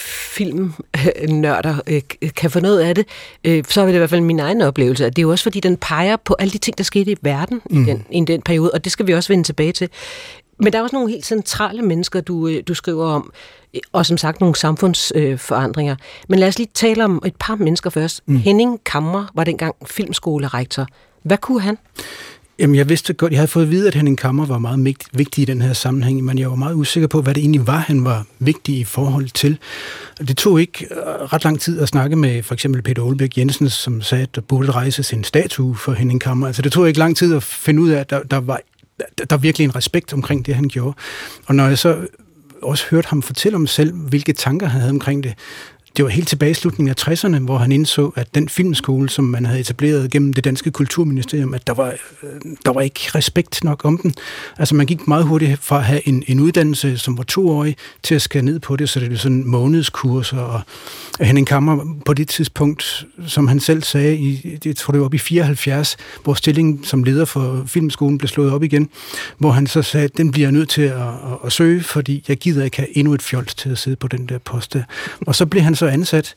filmnørder kan få noget af det, så er det i hvert fald min egen oplevelse, at det er jo også fordi, den peger på alle de ting, der skete i verden i den periode, og det skal vi også vende tilbage til. Men der er også nogle helt centrale mennesker, du skriver om, og som sagt nogle samfundsforandringer. Men lad os lige tale om et par mennesker først. Henning Kammer var dengang filmskolerektor. Hvad kunne han? Jamen, jeg vidste godt, jeg havde fået at vide, at Henning Kammer var meget vigtig i den her sammenhæng, men jeg var meget usikker på, hvad det egentlig var, han var vigtig i forhold til. Det tog ikke ret lang tid at snakke med for eksempel Peter Aalbæk Jensen, som sagde, at der burde rejses en statue for Henning Kammer. Altså, det tog ikke lang tid at finde ud af, at der var virkelig en respekt omkring det, han gjorde. Og når jeg så også hørte ham fortælle om selv, hvilke tanker han havde omkring det, det var helt tilbage i slutningen af 60'erne, hvor han indså, at den filmskole, som man havde etableret gennem det danske kulturministerium, at der var ikke respekt nok om den. Altså man gik meget hurtigt fra at have en uddannelse, som var 2-årig, til at skære ned på det, så det blev sådan månedskurser. Og Henning Kammer på det tidspunkt, som han selv sagde, jeg tror det var op i 74, hvor stillingen som leder for filmskolen blev slået op igen, hvor han så sagde, at den bliver jeg nødt til at søge, fordi jeg gider ikke have endnu et fjols til at sidde på den der post der. Og så blev han så ansat,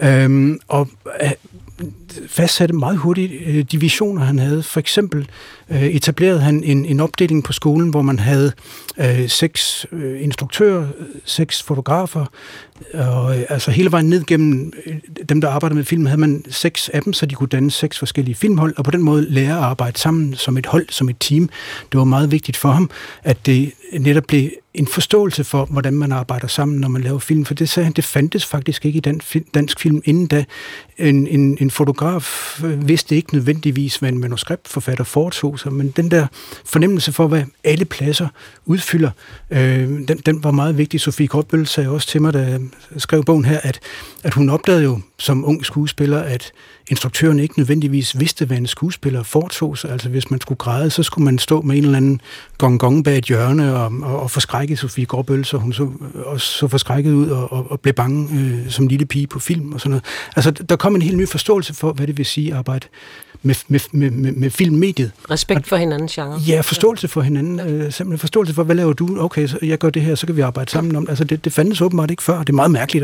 og fastsatte meget hurtigt de visioner, han havde. For eksempel etablerede han en opdeling på skolen, hvor man havde 6 instruktører, 6 fotografer, og altså hele vejen ned gennem dem, der arbejdede med film, havde man 6 af dem, så de kunne danne 6 forskellige filmhold, og på den måde lære at arbejde sammen som et hold, som et team. Det var meget vigtigt for ham, at det netop blev en forståelse for, hvordan man arbejder sammen, når man laver film, for det sagde han, det fandtes faktisk ikke i den dansk film inden da. En fotograf vidste ikke nødvendigvis, hvad en manuskriptforfatter foretog sig, men den der fornemmelse for, hvad alle pladser udfylder, den var meget vigtig. Sofie Gråbøl sagde også til mig, da jeg skrev bogen her, at hun opdagede jo som ung skuespiller, at instruktøren ikke nødvendigvis vidste, hvad en skuespiller foretog sig. Altså hvis man skulle græde, så skulle man stå med en eller anden gong bag et hjørne og forskrække Sofie Gråbøl, så hun så forskrækket ud og blev bange som lille pige på film og sådan noget. Altså der kom en helt ny forståelse for, hvad det vil sige at arbejde med filmmediet. Respekt for hinandens genre. Ja, forståelse for hinanden. Simpelthen forståelse for, hvad laver du? Okay, så jeg gør det her, så kan vi arbejde sammen om det. Altså det fandtes åbenbart ikke før. Det er meget mærkeligt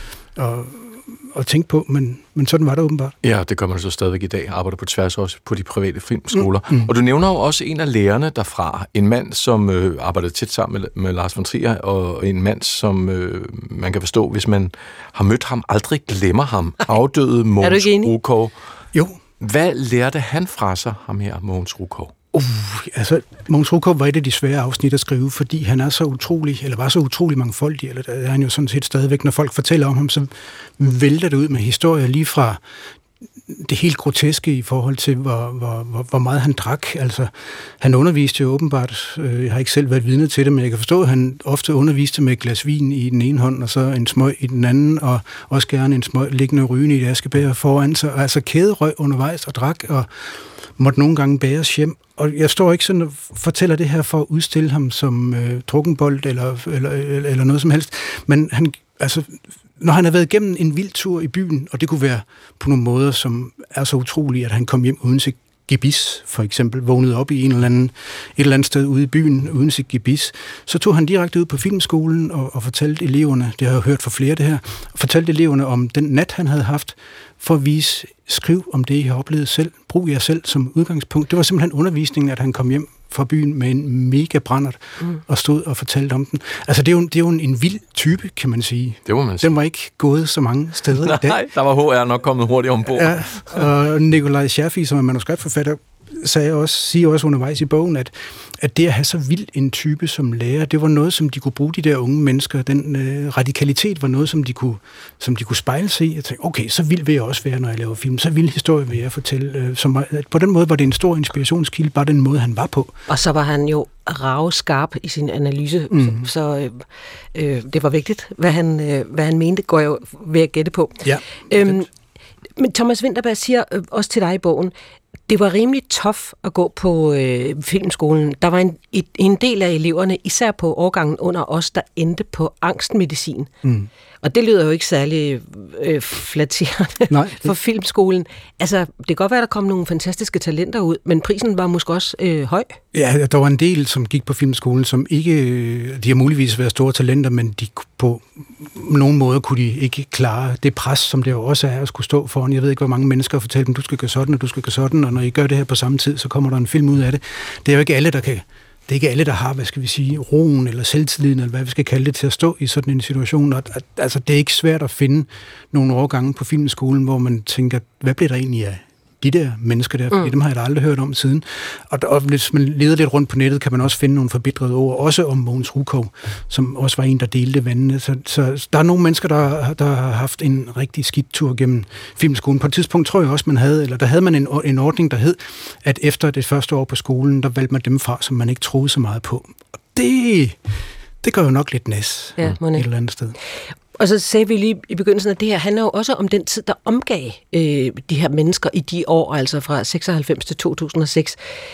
at tænke på, men sådan var det åbenbart. Ja, det gør man så stadigvæk i dag. Arbejder på tværs også på de private filmskoler. Og du nævner jo også en af lærerne derfra. En mand, som arbejdede tæt sammen med Lars von Trier, og en mand, som man kan forstå, hvis man har mødt ham, aldrig glemmer ham. Afdøde Mogens Rukov. Jo. Hvad lærte han fra sig, ham her, Mogens Rukov? Altså, Mogens Rukov var et af de svære afsnit at skrive, fordi han er så utrolig, eller var så utrolig mangfoldig, eller der er han jo sådan set stadigvæk, når folk fortæller om ham, så vælter det ud med historier lige fra det helt groteske i forhold til, hvor meget han drak. Altså, han underviste jo åbenbart, jeg har ikke selv været vidne til det, men jeg kan forstå, at han ofte underviste med et glas vin i den ene hånd, og så en smøg i den anden, og også gerne en smøg liggende rygende i et askebær foran sig. Altså kæderøg undervejs og drak, og måtte nogle gange bæres hjem. Og jeg står ikke sådan og fortæller det her for at udstille ham som drukkenbold eller noget som helst, men han, altså, når han har været igennem en vild tur i byen, og det kunne være på nogle måder, som er så utrolige, at han kom hjem uden sit gebis, for eksempel, vågnede op i et eller andet sted ude i byen uden sit gebis, så tog han direkte ud på filmskolen og fortalte eleverne, det har jeg hørt fra flere det her, og fortalte eleverne om den nat, han havde haft, for at vise, skriv om det, I har oplevet selv, brug jer selv som udgangspunkt. Det var simpelthen undervisningen, at han kom hjem fra byen med en mega brændert og stod og fortalte om den. Altså, det er jo en vild type, kan man sige. Det må man sige. Den var ikke gået så mange steder i dag. Nej, der var HR nok kommet hurtigt ombord. Ja, og Nikolaj Scherfig, som er manuskriptforfatter, siger også undervejs i bogen, at det at have så vild en type som lærer, det var noget, som de kunne bruge, de der unge mennesker. Den radikalitet var noget, som de kunne spejle sig i. Jeg tænkte, okay, så vild vil jeg også være, når jeg laver film. Så vild historie vil jeg fortælle. På den måde var det en stor inspirationskilde, bare den måde, han var på. Og så var han jo ravskarp i sin analyse, så det var vigtigt, hvad han mente, går jeg ved at gætte på. Ja. Men Thomas Vinterberg siger også til dig i bogen, det var rimelig tough at gå på filmskolen. Der var en del af eleverne, især på årgangen under os, der endte på angstmedicin. Og det lyder jo ikke særlig flatterende for filmskolen. Altså, det kan godt være, der kom nogle fantastiske talenter ud, men prisen var måske også høj. Ja, der var en del, som gik på filmskolen, som ikke, de har muligvis været store talenter, men de på nogen måde kunne de ikke klare det pres, som det jo også er at skulle stå foran. Jeg ved ikke, hvor mange mennesker fortæller dem, du skal gøre sådan, og du skal gøre sådan, og når I gør det her på samme tid, så kommer der en film ud af det. Det er jo ikke alle, der kan. Det er ikke alle, der har, hvad skal vi sige, roen eller selvtilliden, eller hvad vi skal kalde det, til at stå i sådan en situation. Og, altså, det er ikke svært at finde nogle årgange på filmskolen, hvor man tænker, hvad bliver der egentlig af de der mennesker der? Fordi dem har jeg da aldrig hørt om siden. Og hvis man leder lidt rundt på nettet, kan man også finde nogle forbitrede ord, også om Mogens Rukov, som også var en, der delte vandene. Så der er nogle mennesker, der har haft en rigtig skidt tur gennem filmskolen. På et tidspunkt tror jeg også, der havde man en ordning, der hed, at efter det første år på skolen, der valgte man dem fra, som man ikke troede så meget på. Og det gør jo nok lidt næs et eller andet sted. Og så sagde vi lige i begyndelsen, at det her handler jo også om den tid, der omgav de her mennesker i de år, altså fra 96 til 2006.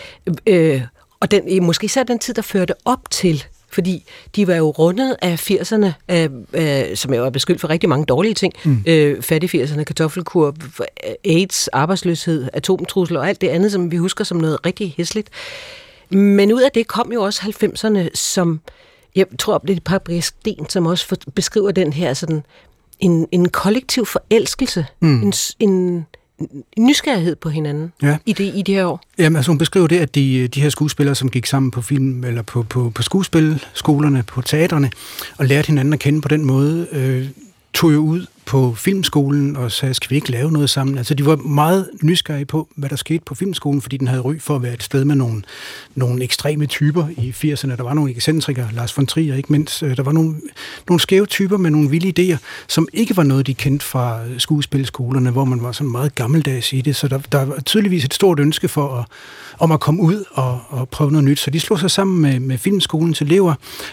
Og måske især den tid, der førte op til, fordi de var jo rundet af 80'erne, som jo er beskyldt for rigtig mange dårlige ting. Fattig 80'erne, kartoffelkur, AIDS, arbejdsløshed, atomtrusler og alt det andet, som vi husker som noget rigtig hæsligt. Men ud af det kom jo også 90'erne, som jeg tror, det er Paprika Steen, som også beskriver den her sådan en kollektiv forelskelse, en nysgerrighed på hinanden i de her år. Jamen, altså hun beskriver det, at de her skuespillere, som gik sammen på film eller på skuespilskolerne, på teatrene, og lærte hinanden at kende på den måde, tog jo ud på filmskolen og sagde, skal vi ikke lave noget sammen? Altså, de var meget nysgerrige på, hvad der skete på filmskolen, fordi den havde ry for at være et sted med nogle ekstreme typer i 80'erne. Der var nogle ekscentrikere, Lars von Trier ikke mindst. Der var nogle skæve typer med nogle vilde idéer, som ikke var noget, de kendte fra skuespilskolerne, hvor man var sådan meget gammeldags i det. Så der var tydeligvis et stort ønske om at komme ud og prøve noget nyt. Så de slog sig sammen med filmskolens elever,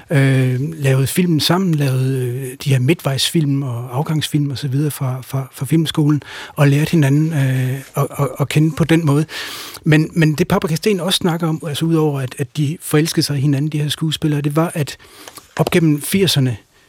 lavede filmen sammen, lavede de her midtvejsfilm og afgangsfilm og så videre fra filmskolen, og lærte hinanden at kende på den måde. Men det Paprika Steen også snakker om, altså udover at de forelskede sig i hinanden, de her skuespillere, det var, at op gennem 80'erne,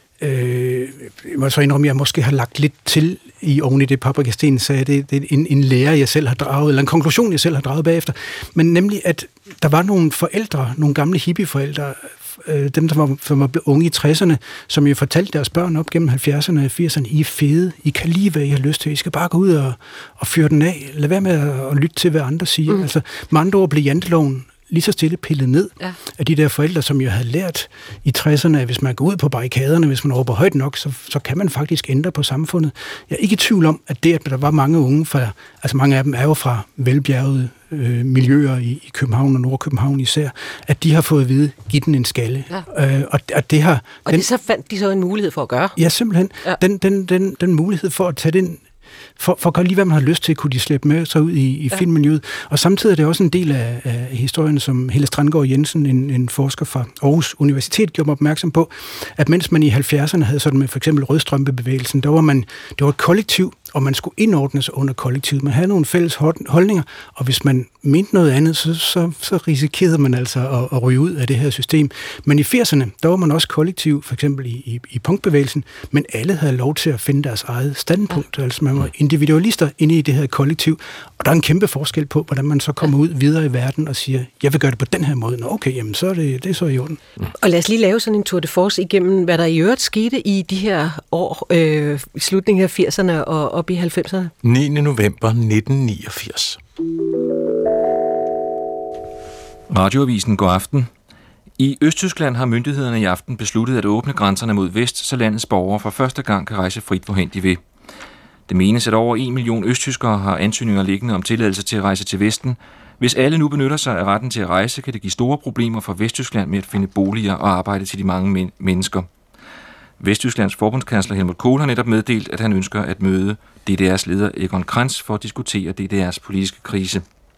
jeg må så indrømme, jeg måske har lagt lidt til oven i det, Paprika Steen sagde, det er en lære, jeg selv har draget, eller en konklusion, jeg selv har draget bagefter, men nemlig, at der var nogle forældre, nogle gamle hippieforældre, dem, som var unge i 60'erne, som jo fortalte deres børn op gennem 70'erne og 80'erne, I er fede, I kan lide, hvad I har lyst til, I skal bare gå ud og fyre den af, lad være med at lytte til, hvad andre siger. Altså, med andre ord blev janteloven lige så stille pillet ned af de der forældre, som jo havde lært i 60'erne, at hvis man går ud på barrikaderne, hvis man råber højt nok, så kan man faktisk ændre på samfundet. Jeg er ikke i tvivl om, at det, at der var mange unge, altså mange af dem er jo fra velbjergede miljøer i København og Nordkøbenhavn især, at de har fået at vide, giv den en skalle. Ja. Og det har... Og det så fandt de så en mulighed for at gøre? Ja, simpelthen. Ja. Den mulighed for at tage for at gøre lige, hvad man har lyst til, kunne de slæbe med sig ud i filmmiljøet. Og samtidig er det også en del af historien, som Helle Strandgaard Jensen, en forsker fra Aarhus Universitet, gjorde mig opmærksom på, at mens man i 70'erne havde sådan med for eksempel rødstrømpebevægelsen, det var et kollektiv, og man skulle indordne sig under kollektivet. Man havde nogle fælles holdninger, og hvis man mente noget andet, så risikerede man altså at ryge ud af det her system. Men i 80'erne, der var man også kollektiv, for eksempel i punkbevægelsen, men alle havde lov til at finde deres eget standpunkt. Altså man var individualister inde i det her kollektiv, og der er en kæmpe forskel på, hvordan man så kommer ud videre i verden og siger, jeg vil gøre det på den her måde. Nå, okay, jamen så er det så i orden. Og lad os lige lave sådan en tour de force igennem, hvad der i øvrigt skete i de her år, i slutningen af 80'erne og op i 90'erne. 9. november 1989. Radioavisen God aften. I Østtyskland har myndighederne i aften besluttet at åbne grænserne mod vest, så landets borgere for første gang kan rejse frit, hvorhen de vil. Det menes, at over 1 million østtyskere har ansøgninger liggende om tilladelse til at rejse til Vesten. Hvis alle nu benytter sig af retten til at rejse, kan det give store problemer for Vesttyskland med at finde boliger og arbejde til de mange mennesker. Vesttysklands forbundskansler Helmut Kohl har netop meddelt, at han ønsker at møde DDR's leder Egon Krenz for at diskutere DDR's politiske krise.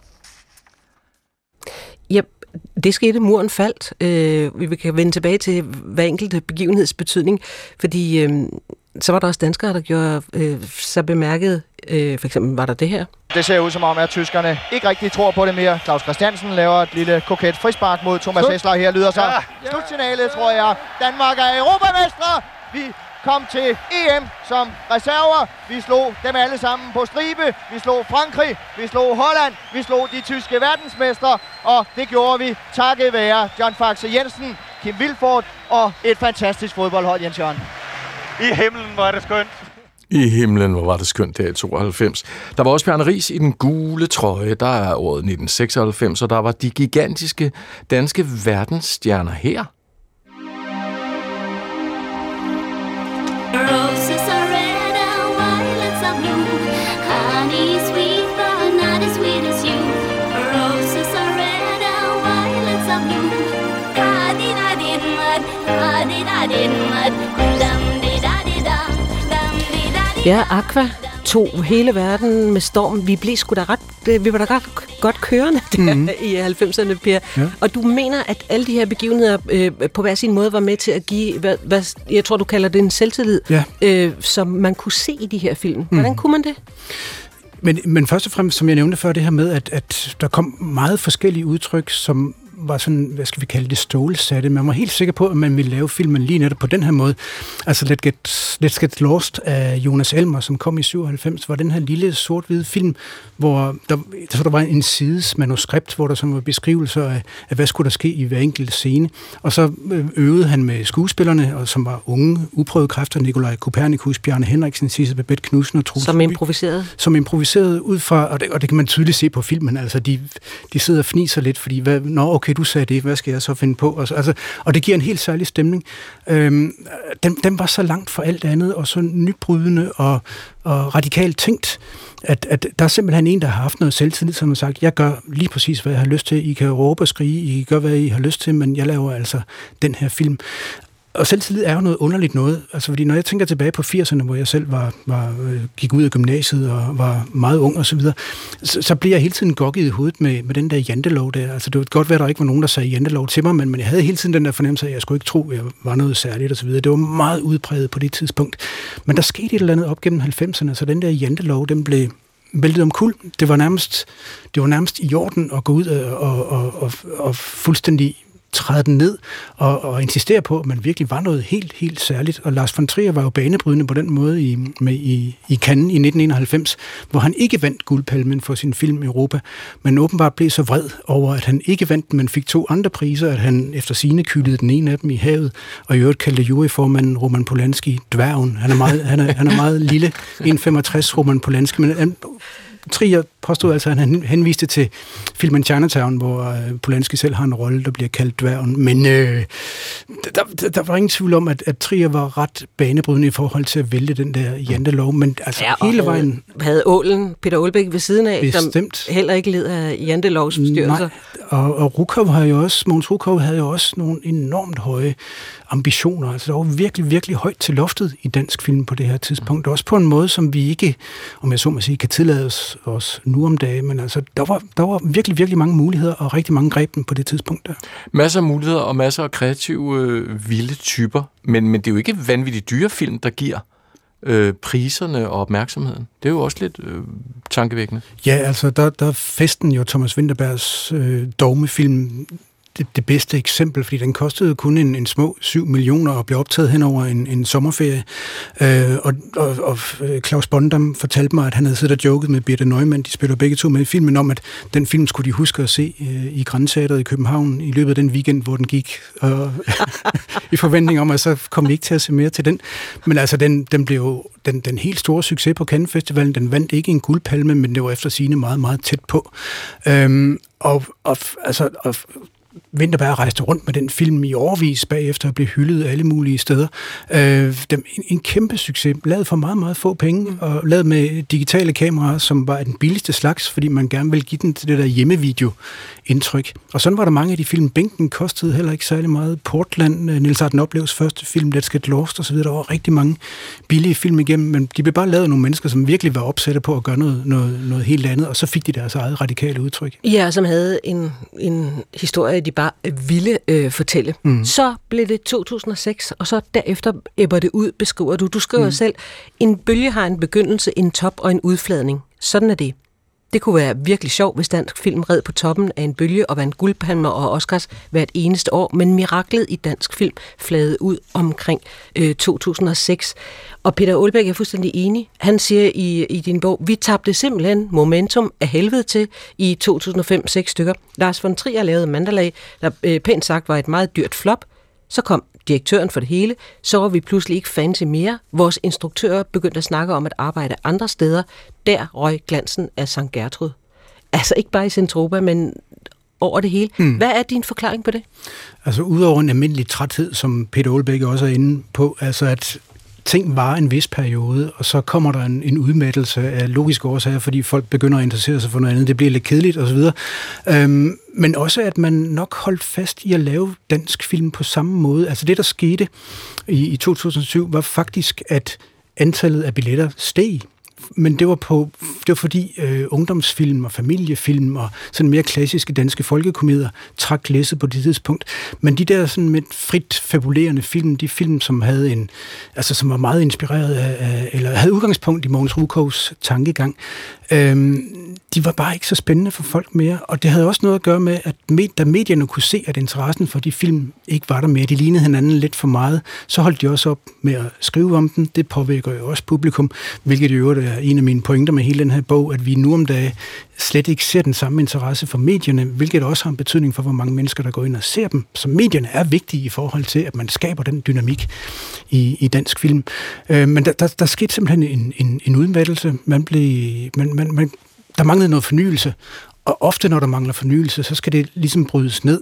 Ja, det skete, muren faldt. Vi kan vende tilbage til hver enkelte begivenheds betydning, fordi så var der også danskere, der gjorde så bemærket. For eksempel var der det her. Det ser ud som om, at tyskerne ikke rigtig tror på det mere. Claus Christiansen laver et lille koket frispark mod Thomas Hessler. Her lyder så slutsignalet, tror jeg. Danmark er europamestre. Vi kom til EM som reserver. Vi slog dem alle sammen på stribe. Vi slog Frankrig, vi slog Holland, vi slog de tyske verdensmestre. Og det gjorde vi takket være John Faxe Jensen, Kim Vilfort og et fantastisk fodboldhold, Jens Jørgen. I himlen var det skønt. I himlen, hvor var det skønt der i 92. Der var også Bjarne Riis i den gule trøje, der er året 1996, og der var de gigantiske danske verdensstjerner her. Roses are red and violets are blue. Honey is sweet, but not as sweet as you. Roses are red and violets are blue. Ja, Aqua tog hele verden med storm. Vi var da ret godt kørende der i 90'erne, Per. Ja. Og du mener, at alle de her begivenheder på hver sin måde var med til at give, hvad jeg tror, du kalder det en selvtillid, som man kunne se i de her film. Hvordan kunne man det? Men først og fremmest, som jeg nævnte før, det her med, at der kom meget forskellige udtryk, som var sådan, hvad skal vi kalde det, stålsatte. Man var helt sikker på, at man ville lave filmen lige netop på den her måde. Altså Let's Get Lost af Jonas Elmer, som kom i 97, var den her lille sort-hvide film, hvor der var en sides manuskript, hvor der så var beskrivelser af, hvad skulle der ske i hver enkelt scene. Og så øvede han med skuespillerne, og som var unge, uprøvede kræfter, Nikolaj Kopernikus, Bjarne Henriksen, Sisse Babette Knudsen og Troels. Som improviserede ud fra, og det kan man tydeligt se på filmen, altså de sidder og fniser lidt, fordi, okay, du sagde det, hvad skal jeg så finde på? Og det giver en helt særlig stemning. Den var så langt fra alt andet, og så nybrydende og radikalt tænkt, at der er simpelthen en, der har haft noget selvtillid, som har sagt, jeg gør lige præcis, hvad jeg har lyst til. I kan råbe og skrige, I kan gøre, hvad I har lyst til, men jeg laver altså den her film. Og selvtillid er jo noget underligt noget. Altså, fordi når jeg tænker tilbage på 80'erne, hvor jeg selv gik ud af gymnasiet og var meget ung og så videre, så blev jeg hele tiden gokket i hovedet med den der jantelov der. Altså, det var godt være, at der ikke var nogen, der sagde jantelov til mig, men jeg havde hele tiden den der fornemmelse af, at jeg skulle ikke tro, at jeg var noget særligt og så videre. Det var meget udpræget på det tidspunkt. Men der skete et eller andet op gennem 90'erne, så den der jantelov, den blev væltet omkuld. Det var nærmest i orden at gå ud og fuldstændig træde den ned og insistere på, at man virkelig var noget helt, helt særligt. Og Lars von Trier var jo banebrydende på den måde i Cannes i 1991, hvor han ikke vandt Guldpalmen for sin film Europa, men åbenbart blev så vred over, at han ikke vandt, men fik 2 andre priser, at han efter sigende kyldede den ene af dem i havet, og i øvrigt kaldte juryformanden Roman Polanski dværgen. Han er meget lille, 1,65 Roman Polanski, men Trier påstod altså, at han henviste til filmen Chinatown, hvor Polanski selv har en rolle, der bliver kaldt dværgen. Men der var ingen tvivl om, at Trier var ret banebrydende i forhold til at vælge den der jantelov. Men altså hele vejen... Havde Peter Aalbæk ved siden af, bestemt, som heller ikke led af jantelovsbestyrelser. og Mogens Rukov havde jo også nogle enormt høje ambitioner. Altså, der var virkelig, virkelig højt til loftet i dansk film på det her tidspunkt. Også på en måde, som vi ikke, om jeg så må sige, kan tillade os nu om dagen. Men altså, der var virkelig, virkelig mange muligheder, og rigtig mange greb på det tidspunkt der. Masser af muligheder og masser af kreative, vilde typer. Men det er jo ikke vanvittigt dyre film, der giver priserne og opmærksomheden. Det er jo også lidt tankevækkende. Ja, altså der er festen jo Thomas Vinterbergs dogmefilm det bedste eksempel, fordi den kostede kun en små 7 millioner og blev optaget hen over en sommerferie. Og Claus Bondam fortalte mig, at han havde siddet og joket med Birthe Neumann, de spiller begge to med i filmen, om at den film skulle de huske at se i Grand Teatret i København i løbet af den weekend, hvor den gik. I forventning om, at så kom vi ikke til at se mere til den. Men altså, den blev jo den helt store succes på Cannes Festivalen. Den vandt ikke en guldpalme, men det var efter sigende meget, meget tæt på. Vinterberg rejste rundt med den film i årevis bagefter og blev hyldet alle mulige steder. En kæmpe succes, lavet for meget, meget få penge, og lavet med digitale kameraer, som var den billigste slags, fordi man gerne ville give den til det der hjemmevideo-indtryk. Og sådan var der mange af de film. Bænken kostede heller ikke særlig meget. Portland, Niels Arden Oplevs første film, Let's Get Lost osv. Der var rigtig mange billige film igennem, men de blev bare lavet af nogle mennesker, som virkelig var opsatte på at gøre noget helt andet, og så fik de deres eget radikale udtryk. Ja, som havde en historie, de bare ville fortælle. Så blev det 2006, og så derefter æbber det ud, beskriver du. Du skriver selv, en bølge har en begyndelse, en top og en udfladning. Sådan er det. Det kunne være virkelig sjovt, hvis dansk film red på toppen af en bølge og vandt guldpalmer og Oscars hvert eneste år, men miraklet i dansk film flagede ud omkring 2006. Og Peter Aalbæk er fuldstændig enig. Han siger i din bog, vi tabte simpelthen momentum af helvede til i 2005-6 stykker. Lars von Trier lavede Mandalay, der pænt sagt var et meget dyrt flop. Så kom direktøren for det hele, så var vi pludselig ikke fancy mere. Vores instruktører begyndte at snakke om at arbejde andre steder. Der røg glansen af Sankt Gertrud. Altså ikke bare i Zentropa, men over det hele. Hvad er din forklaring på det? Altså udover en almindelig træthed, som Peter Aalbæk også er inde på, altså at ting var en vis periode, og så kommer der en udmattelse af logiske årsager, fordi folk begynder at interessere sig for noget andet. Det bliver lidt kedeligt osv. Men også, at man nok holdt fast i at lave dansk film på samme måde. Altså det, der skete i 2007, var faktisk, at antallet af billetter steg. Men det var fordi ungdomsfilm og familiefilm og sådan mere klassiske danske folkekomedier trak læsset på det tidspunkt. Men de der sådan med frit fabulerende film, de film, som havde som var meget inspireret af, eller havde udgangspunkt i Mogens Rukovs tankegang, de var bare ikke så spændende for folk mere. Og det havde også noget at gøre med, at da medierne kunne se, at interessen for de film ikke var der mere, de lignede hinanden lidt for meget, så holdt de også op med at skrive om dem. Det påvirker jo også publikum, hvilket jo er en af mine pointer med hele den her bog, at vi nu om dagen slet ikke ser den samme interesse for medierne, hvilket også har en betydning for, hvor mange mennesker, der går ind og ser dem. Så medierne er vigtige i forhold til, at man skaber den dynamik i dansk film. Men der skete simpelthen en udmattelse. Der manglede noget fornyelse, og ofte, når der mangler fornyelse, så skal det ligesom brydes ned.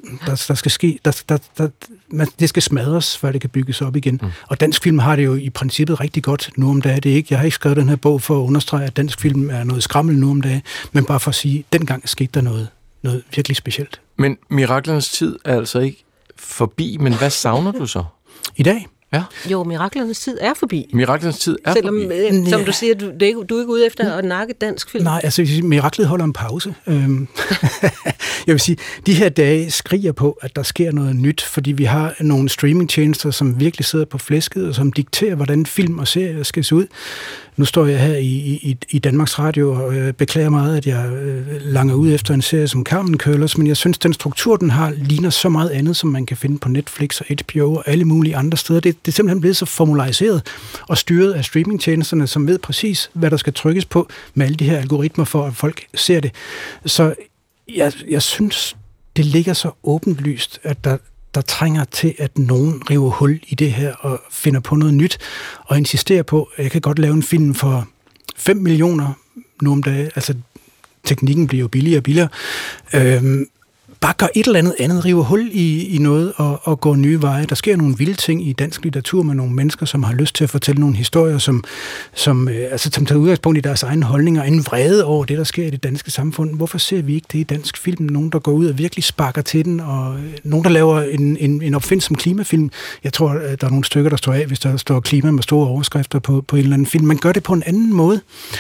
Det skal smadres, før det kan bygges op igen. Og dansk film har det jo i princippet rigtig godt nu om dagen. Det er ikke. Jeg har ikke skrevet den her bog for at understrege, at dansk film er noget skrammel nu om dagen, men bare for at sige, at dengang skete der noget virkelig specielt. Men miraklernes tid er altså ikke forbi, men hvad savner du så? I dag? Ja. Jo, miraklernes tid er forbi. Miraklernes tid er Selvom, forbi. som du siger, du er ikke ude efter at nakke dansk film. Nej, altså miraklet holder en pause. Jeg vil sige, de her dage skriger på, at der sker noget nyt, fordi vi har nogle streamingtjenester, som virkelig sidder på flæsket, og som dikterer, hvordan film og serier skal se ud. Nu står jeg her i Danmarks Radio og beklager meget, at jeg langer ud efter en serie som Carmen Curlers, men jeg synes, den struktur, den har, ligner så meget andet, som man kan finde på Netflix og HBO og alle mulige andre steder. Det er simpelthen blevet så formulariseret og styret af streamingtjenesterne, som ved præcis, hvad der skal trykkes på med alle de her algoritmer for, at folk ser det. Så jeg synes, det ligger så åbenlyst, at der trænger til, at nogen river hul i det her og finder på noget nyt og insisterer på, at jeg kan godt lave en film for 5 millioner nu om dagen. Altså, teknikken bliver jo billigere og billigere. bare gør et eller andet, river hul i noget og går nye veje. Der sker nogle vilde ting i dansk litteratur med nogle mennesker, som har lyst til at fortælle nogle historier, som tager udgangspunkt i deres egne holdninger, en vrede over det, der sker i det danske samfund. Hvorfor ser vi ikke det i dansk film? Nogen, der går ud og virkelig sparker til den, og nogen, der laver en opfindsom klimafilm. Jeg tror, der er nogle stykker, der står af, hvis der står klima med store overskrifter på en eller anden film. Man gør det på en anden måde.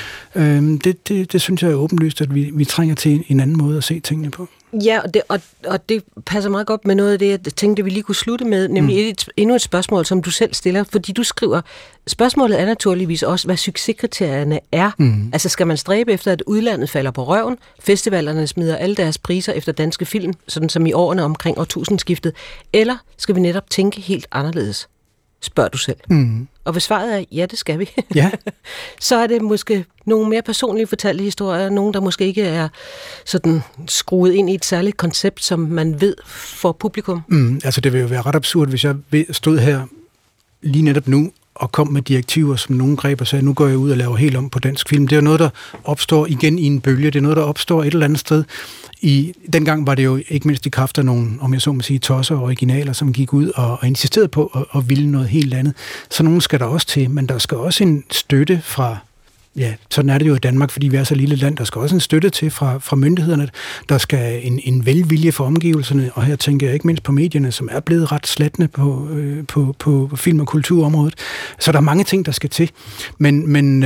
Det synes jeg er åbenlyst, at vi trænger til en anden måde at se tingene på. Ja, og det passer meget godt med noget af det, jeg tænkte, vi lige kunne slutte med, nemlig endnu et spørgsmål, som du selv stiller, fordi du skriver, spørgsmålet er naturligvis også, hvad succeskriterierne er. Altså, skal man stræbe efter, at udlandet falder på røven, festivalerne smider alle deres priser efter danske film, sådan som i årene omkring årtusindskiftet, eller skal vi netop tænke helt anderledes? Spørger du selv. Og hvis svaret er, ja, det skal vi, ja. så er det måske nogle mere personlige fortalte historier, nogen, der måske ikke er sådan skruet ind i et særligt koncept, som man ved for publikum. Altså, det vil jo være ret absurd, hvis jeg stod her lige netop nu og kom med direktiver, som nogen greb og sagde, nu går jeg ud og laver helt om på dansk film. Det er jo noget, der opstår igen i en bølge. Det er noget, der opstår et eller andet sted. Dengang var det jo ikke mindst i kraft af nogle, om jeg så må sige, tosser og originaler, som gik ud og insisterede på at ville noget helt andet. Så nogen skal der også til, men der skal også en støtte fra, ja, sådan er det jo i Danmark, fordi vi er så lille land, der skal også en støtte til fra myndighederne. Der skal en velvilje for omgivelserne, og her tænker jeg ikke mindst på medierne, som er blevet ret slatne på film- og kulturområdet. Så der er mange ting, der skal til. Men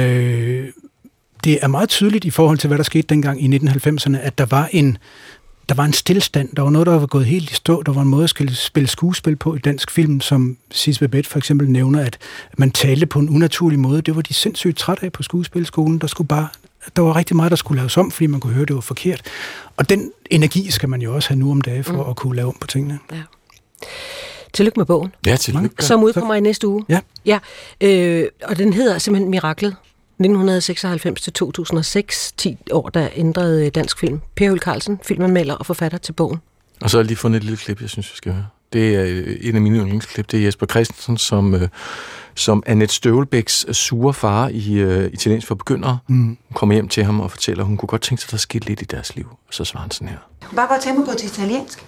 det er meget tydeligt i forhold til, hvad der skete dengang i 1990'erne, at der var en stillstand. Der var noget, der var gået helt i stå. Der var en måde at spille skuespil på i dansk film, som Sis Babette for eksempel nævner, at man talte på en unaturlig måde. Det var de sindssygt træt af på skuespilskolen. Der var rigtig meget, der skulle laves om, fordi man kunne høre, det var forkert. Og den energi skal man jo også have nu om dagen for at kunne lave om på tingene. Ja. Tillykke med bogen. Ja, tillykke. Som udkommer i næste uge. Ja. Og den hedder simpelthen Miraklet. 1996 til 2006, 10 år, der ændrede dansk film. Per Høgh Carlsen, filmanmelder og forfatter til bogen. Og så har jeg lige fundet et lille klip, jeg synes, vi skal høre. Det er en af mine yndlingsklip. Det er Jesper Christensen, som Annette Støvlbæks sure far i Italiensk for Begyndere. Hun kommer hjem til ham og fortæller, at hun kunne godt tænke sig, at der skete lidt i deres liv. Og så svarer han sådan her. Jeg kunne bare godt tænke mig at gå til italiensk.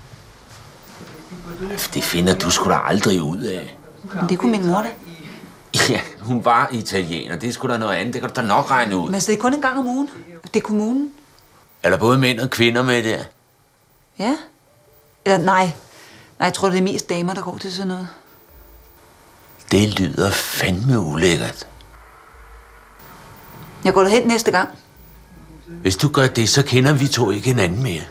Det finder du sgu da aldrig ud af. Men det kunne min mor da. Ja, hun var italiener. Det er sgu da noget andet. Det kan du da nok regne ud. Men altså, det er kun en gang om ugen. Det er kommunen. Er der både mænd og kvinder med der? Ja. Eller nej. Nej, jeg tror, det er mest damer, der går til sådan noget. Det lyder fandme ulækkert. Jeg går derhen næste gang. Hvis du gør det, så kender vi to ikke hinanden mere.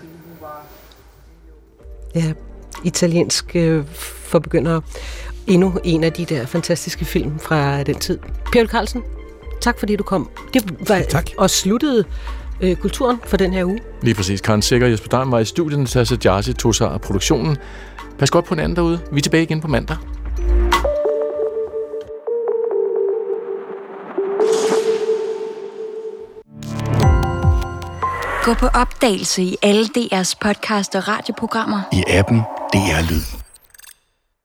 Ja, Italiensk for Begyndere. Endnu en af de der fantastiske film fra den tid. Per Høgh Carlsen, tak fordi du kom. Det var og sluttede kulturen for den her uge. Lige præcis. Karen Sækker og Jesper Dahn var i studiet. Natasha Jarsi tog sig af produktionen. Pas godt på hinanden derude. Vi er tilbage igen på mandag. Gå på opdagelse i alle DR's podcast og radioprogrammer. I appen DR Lyd.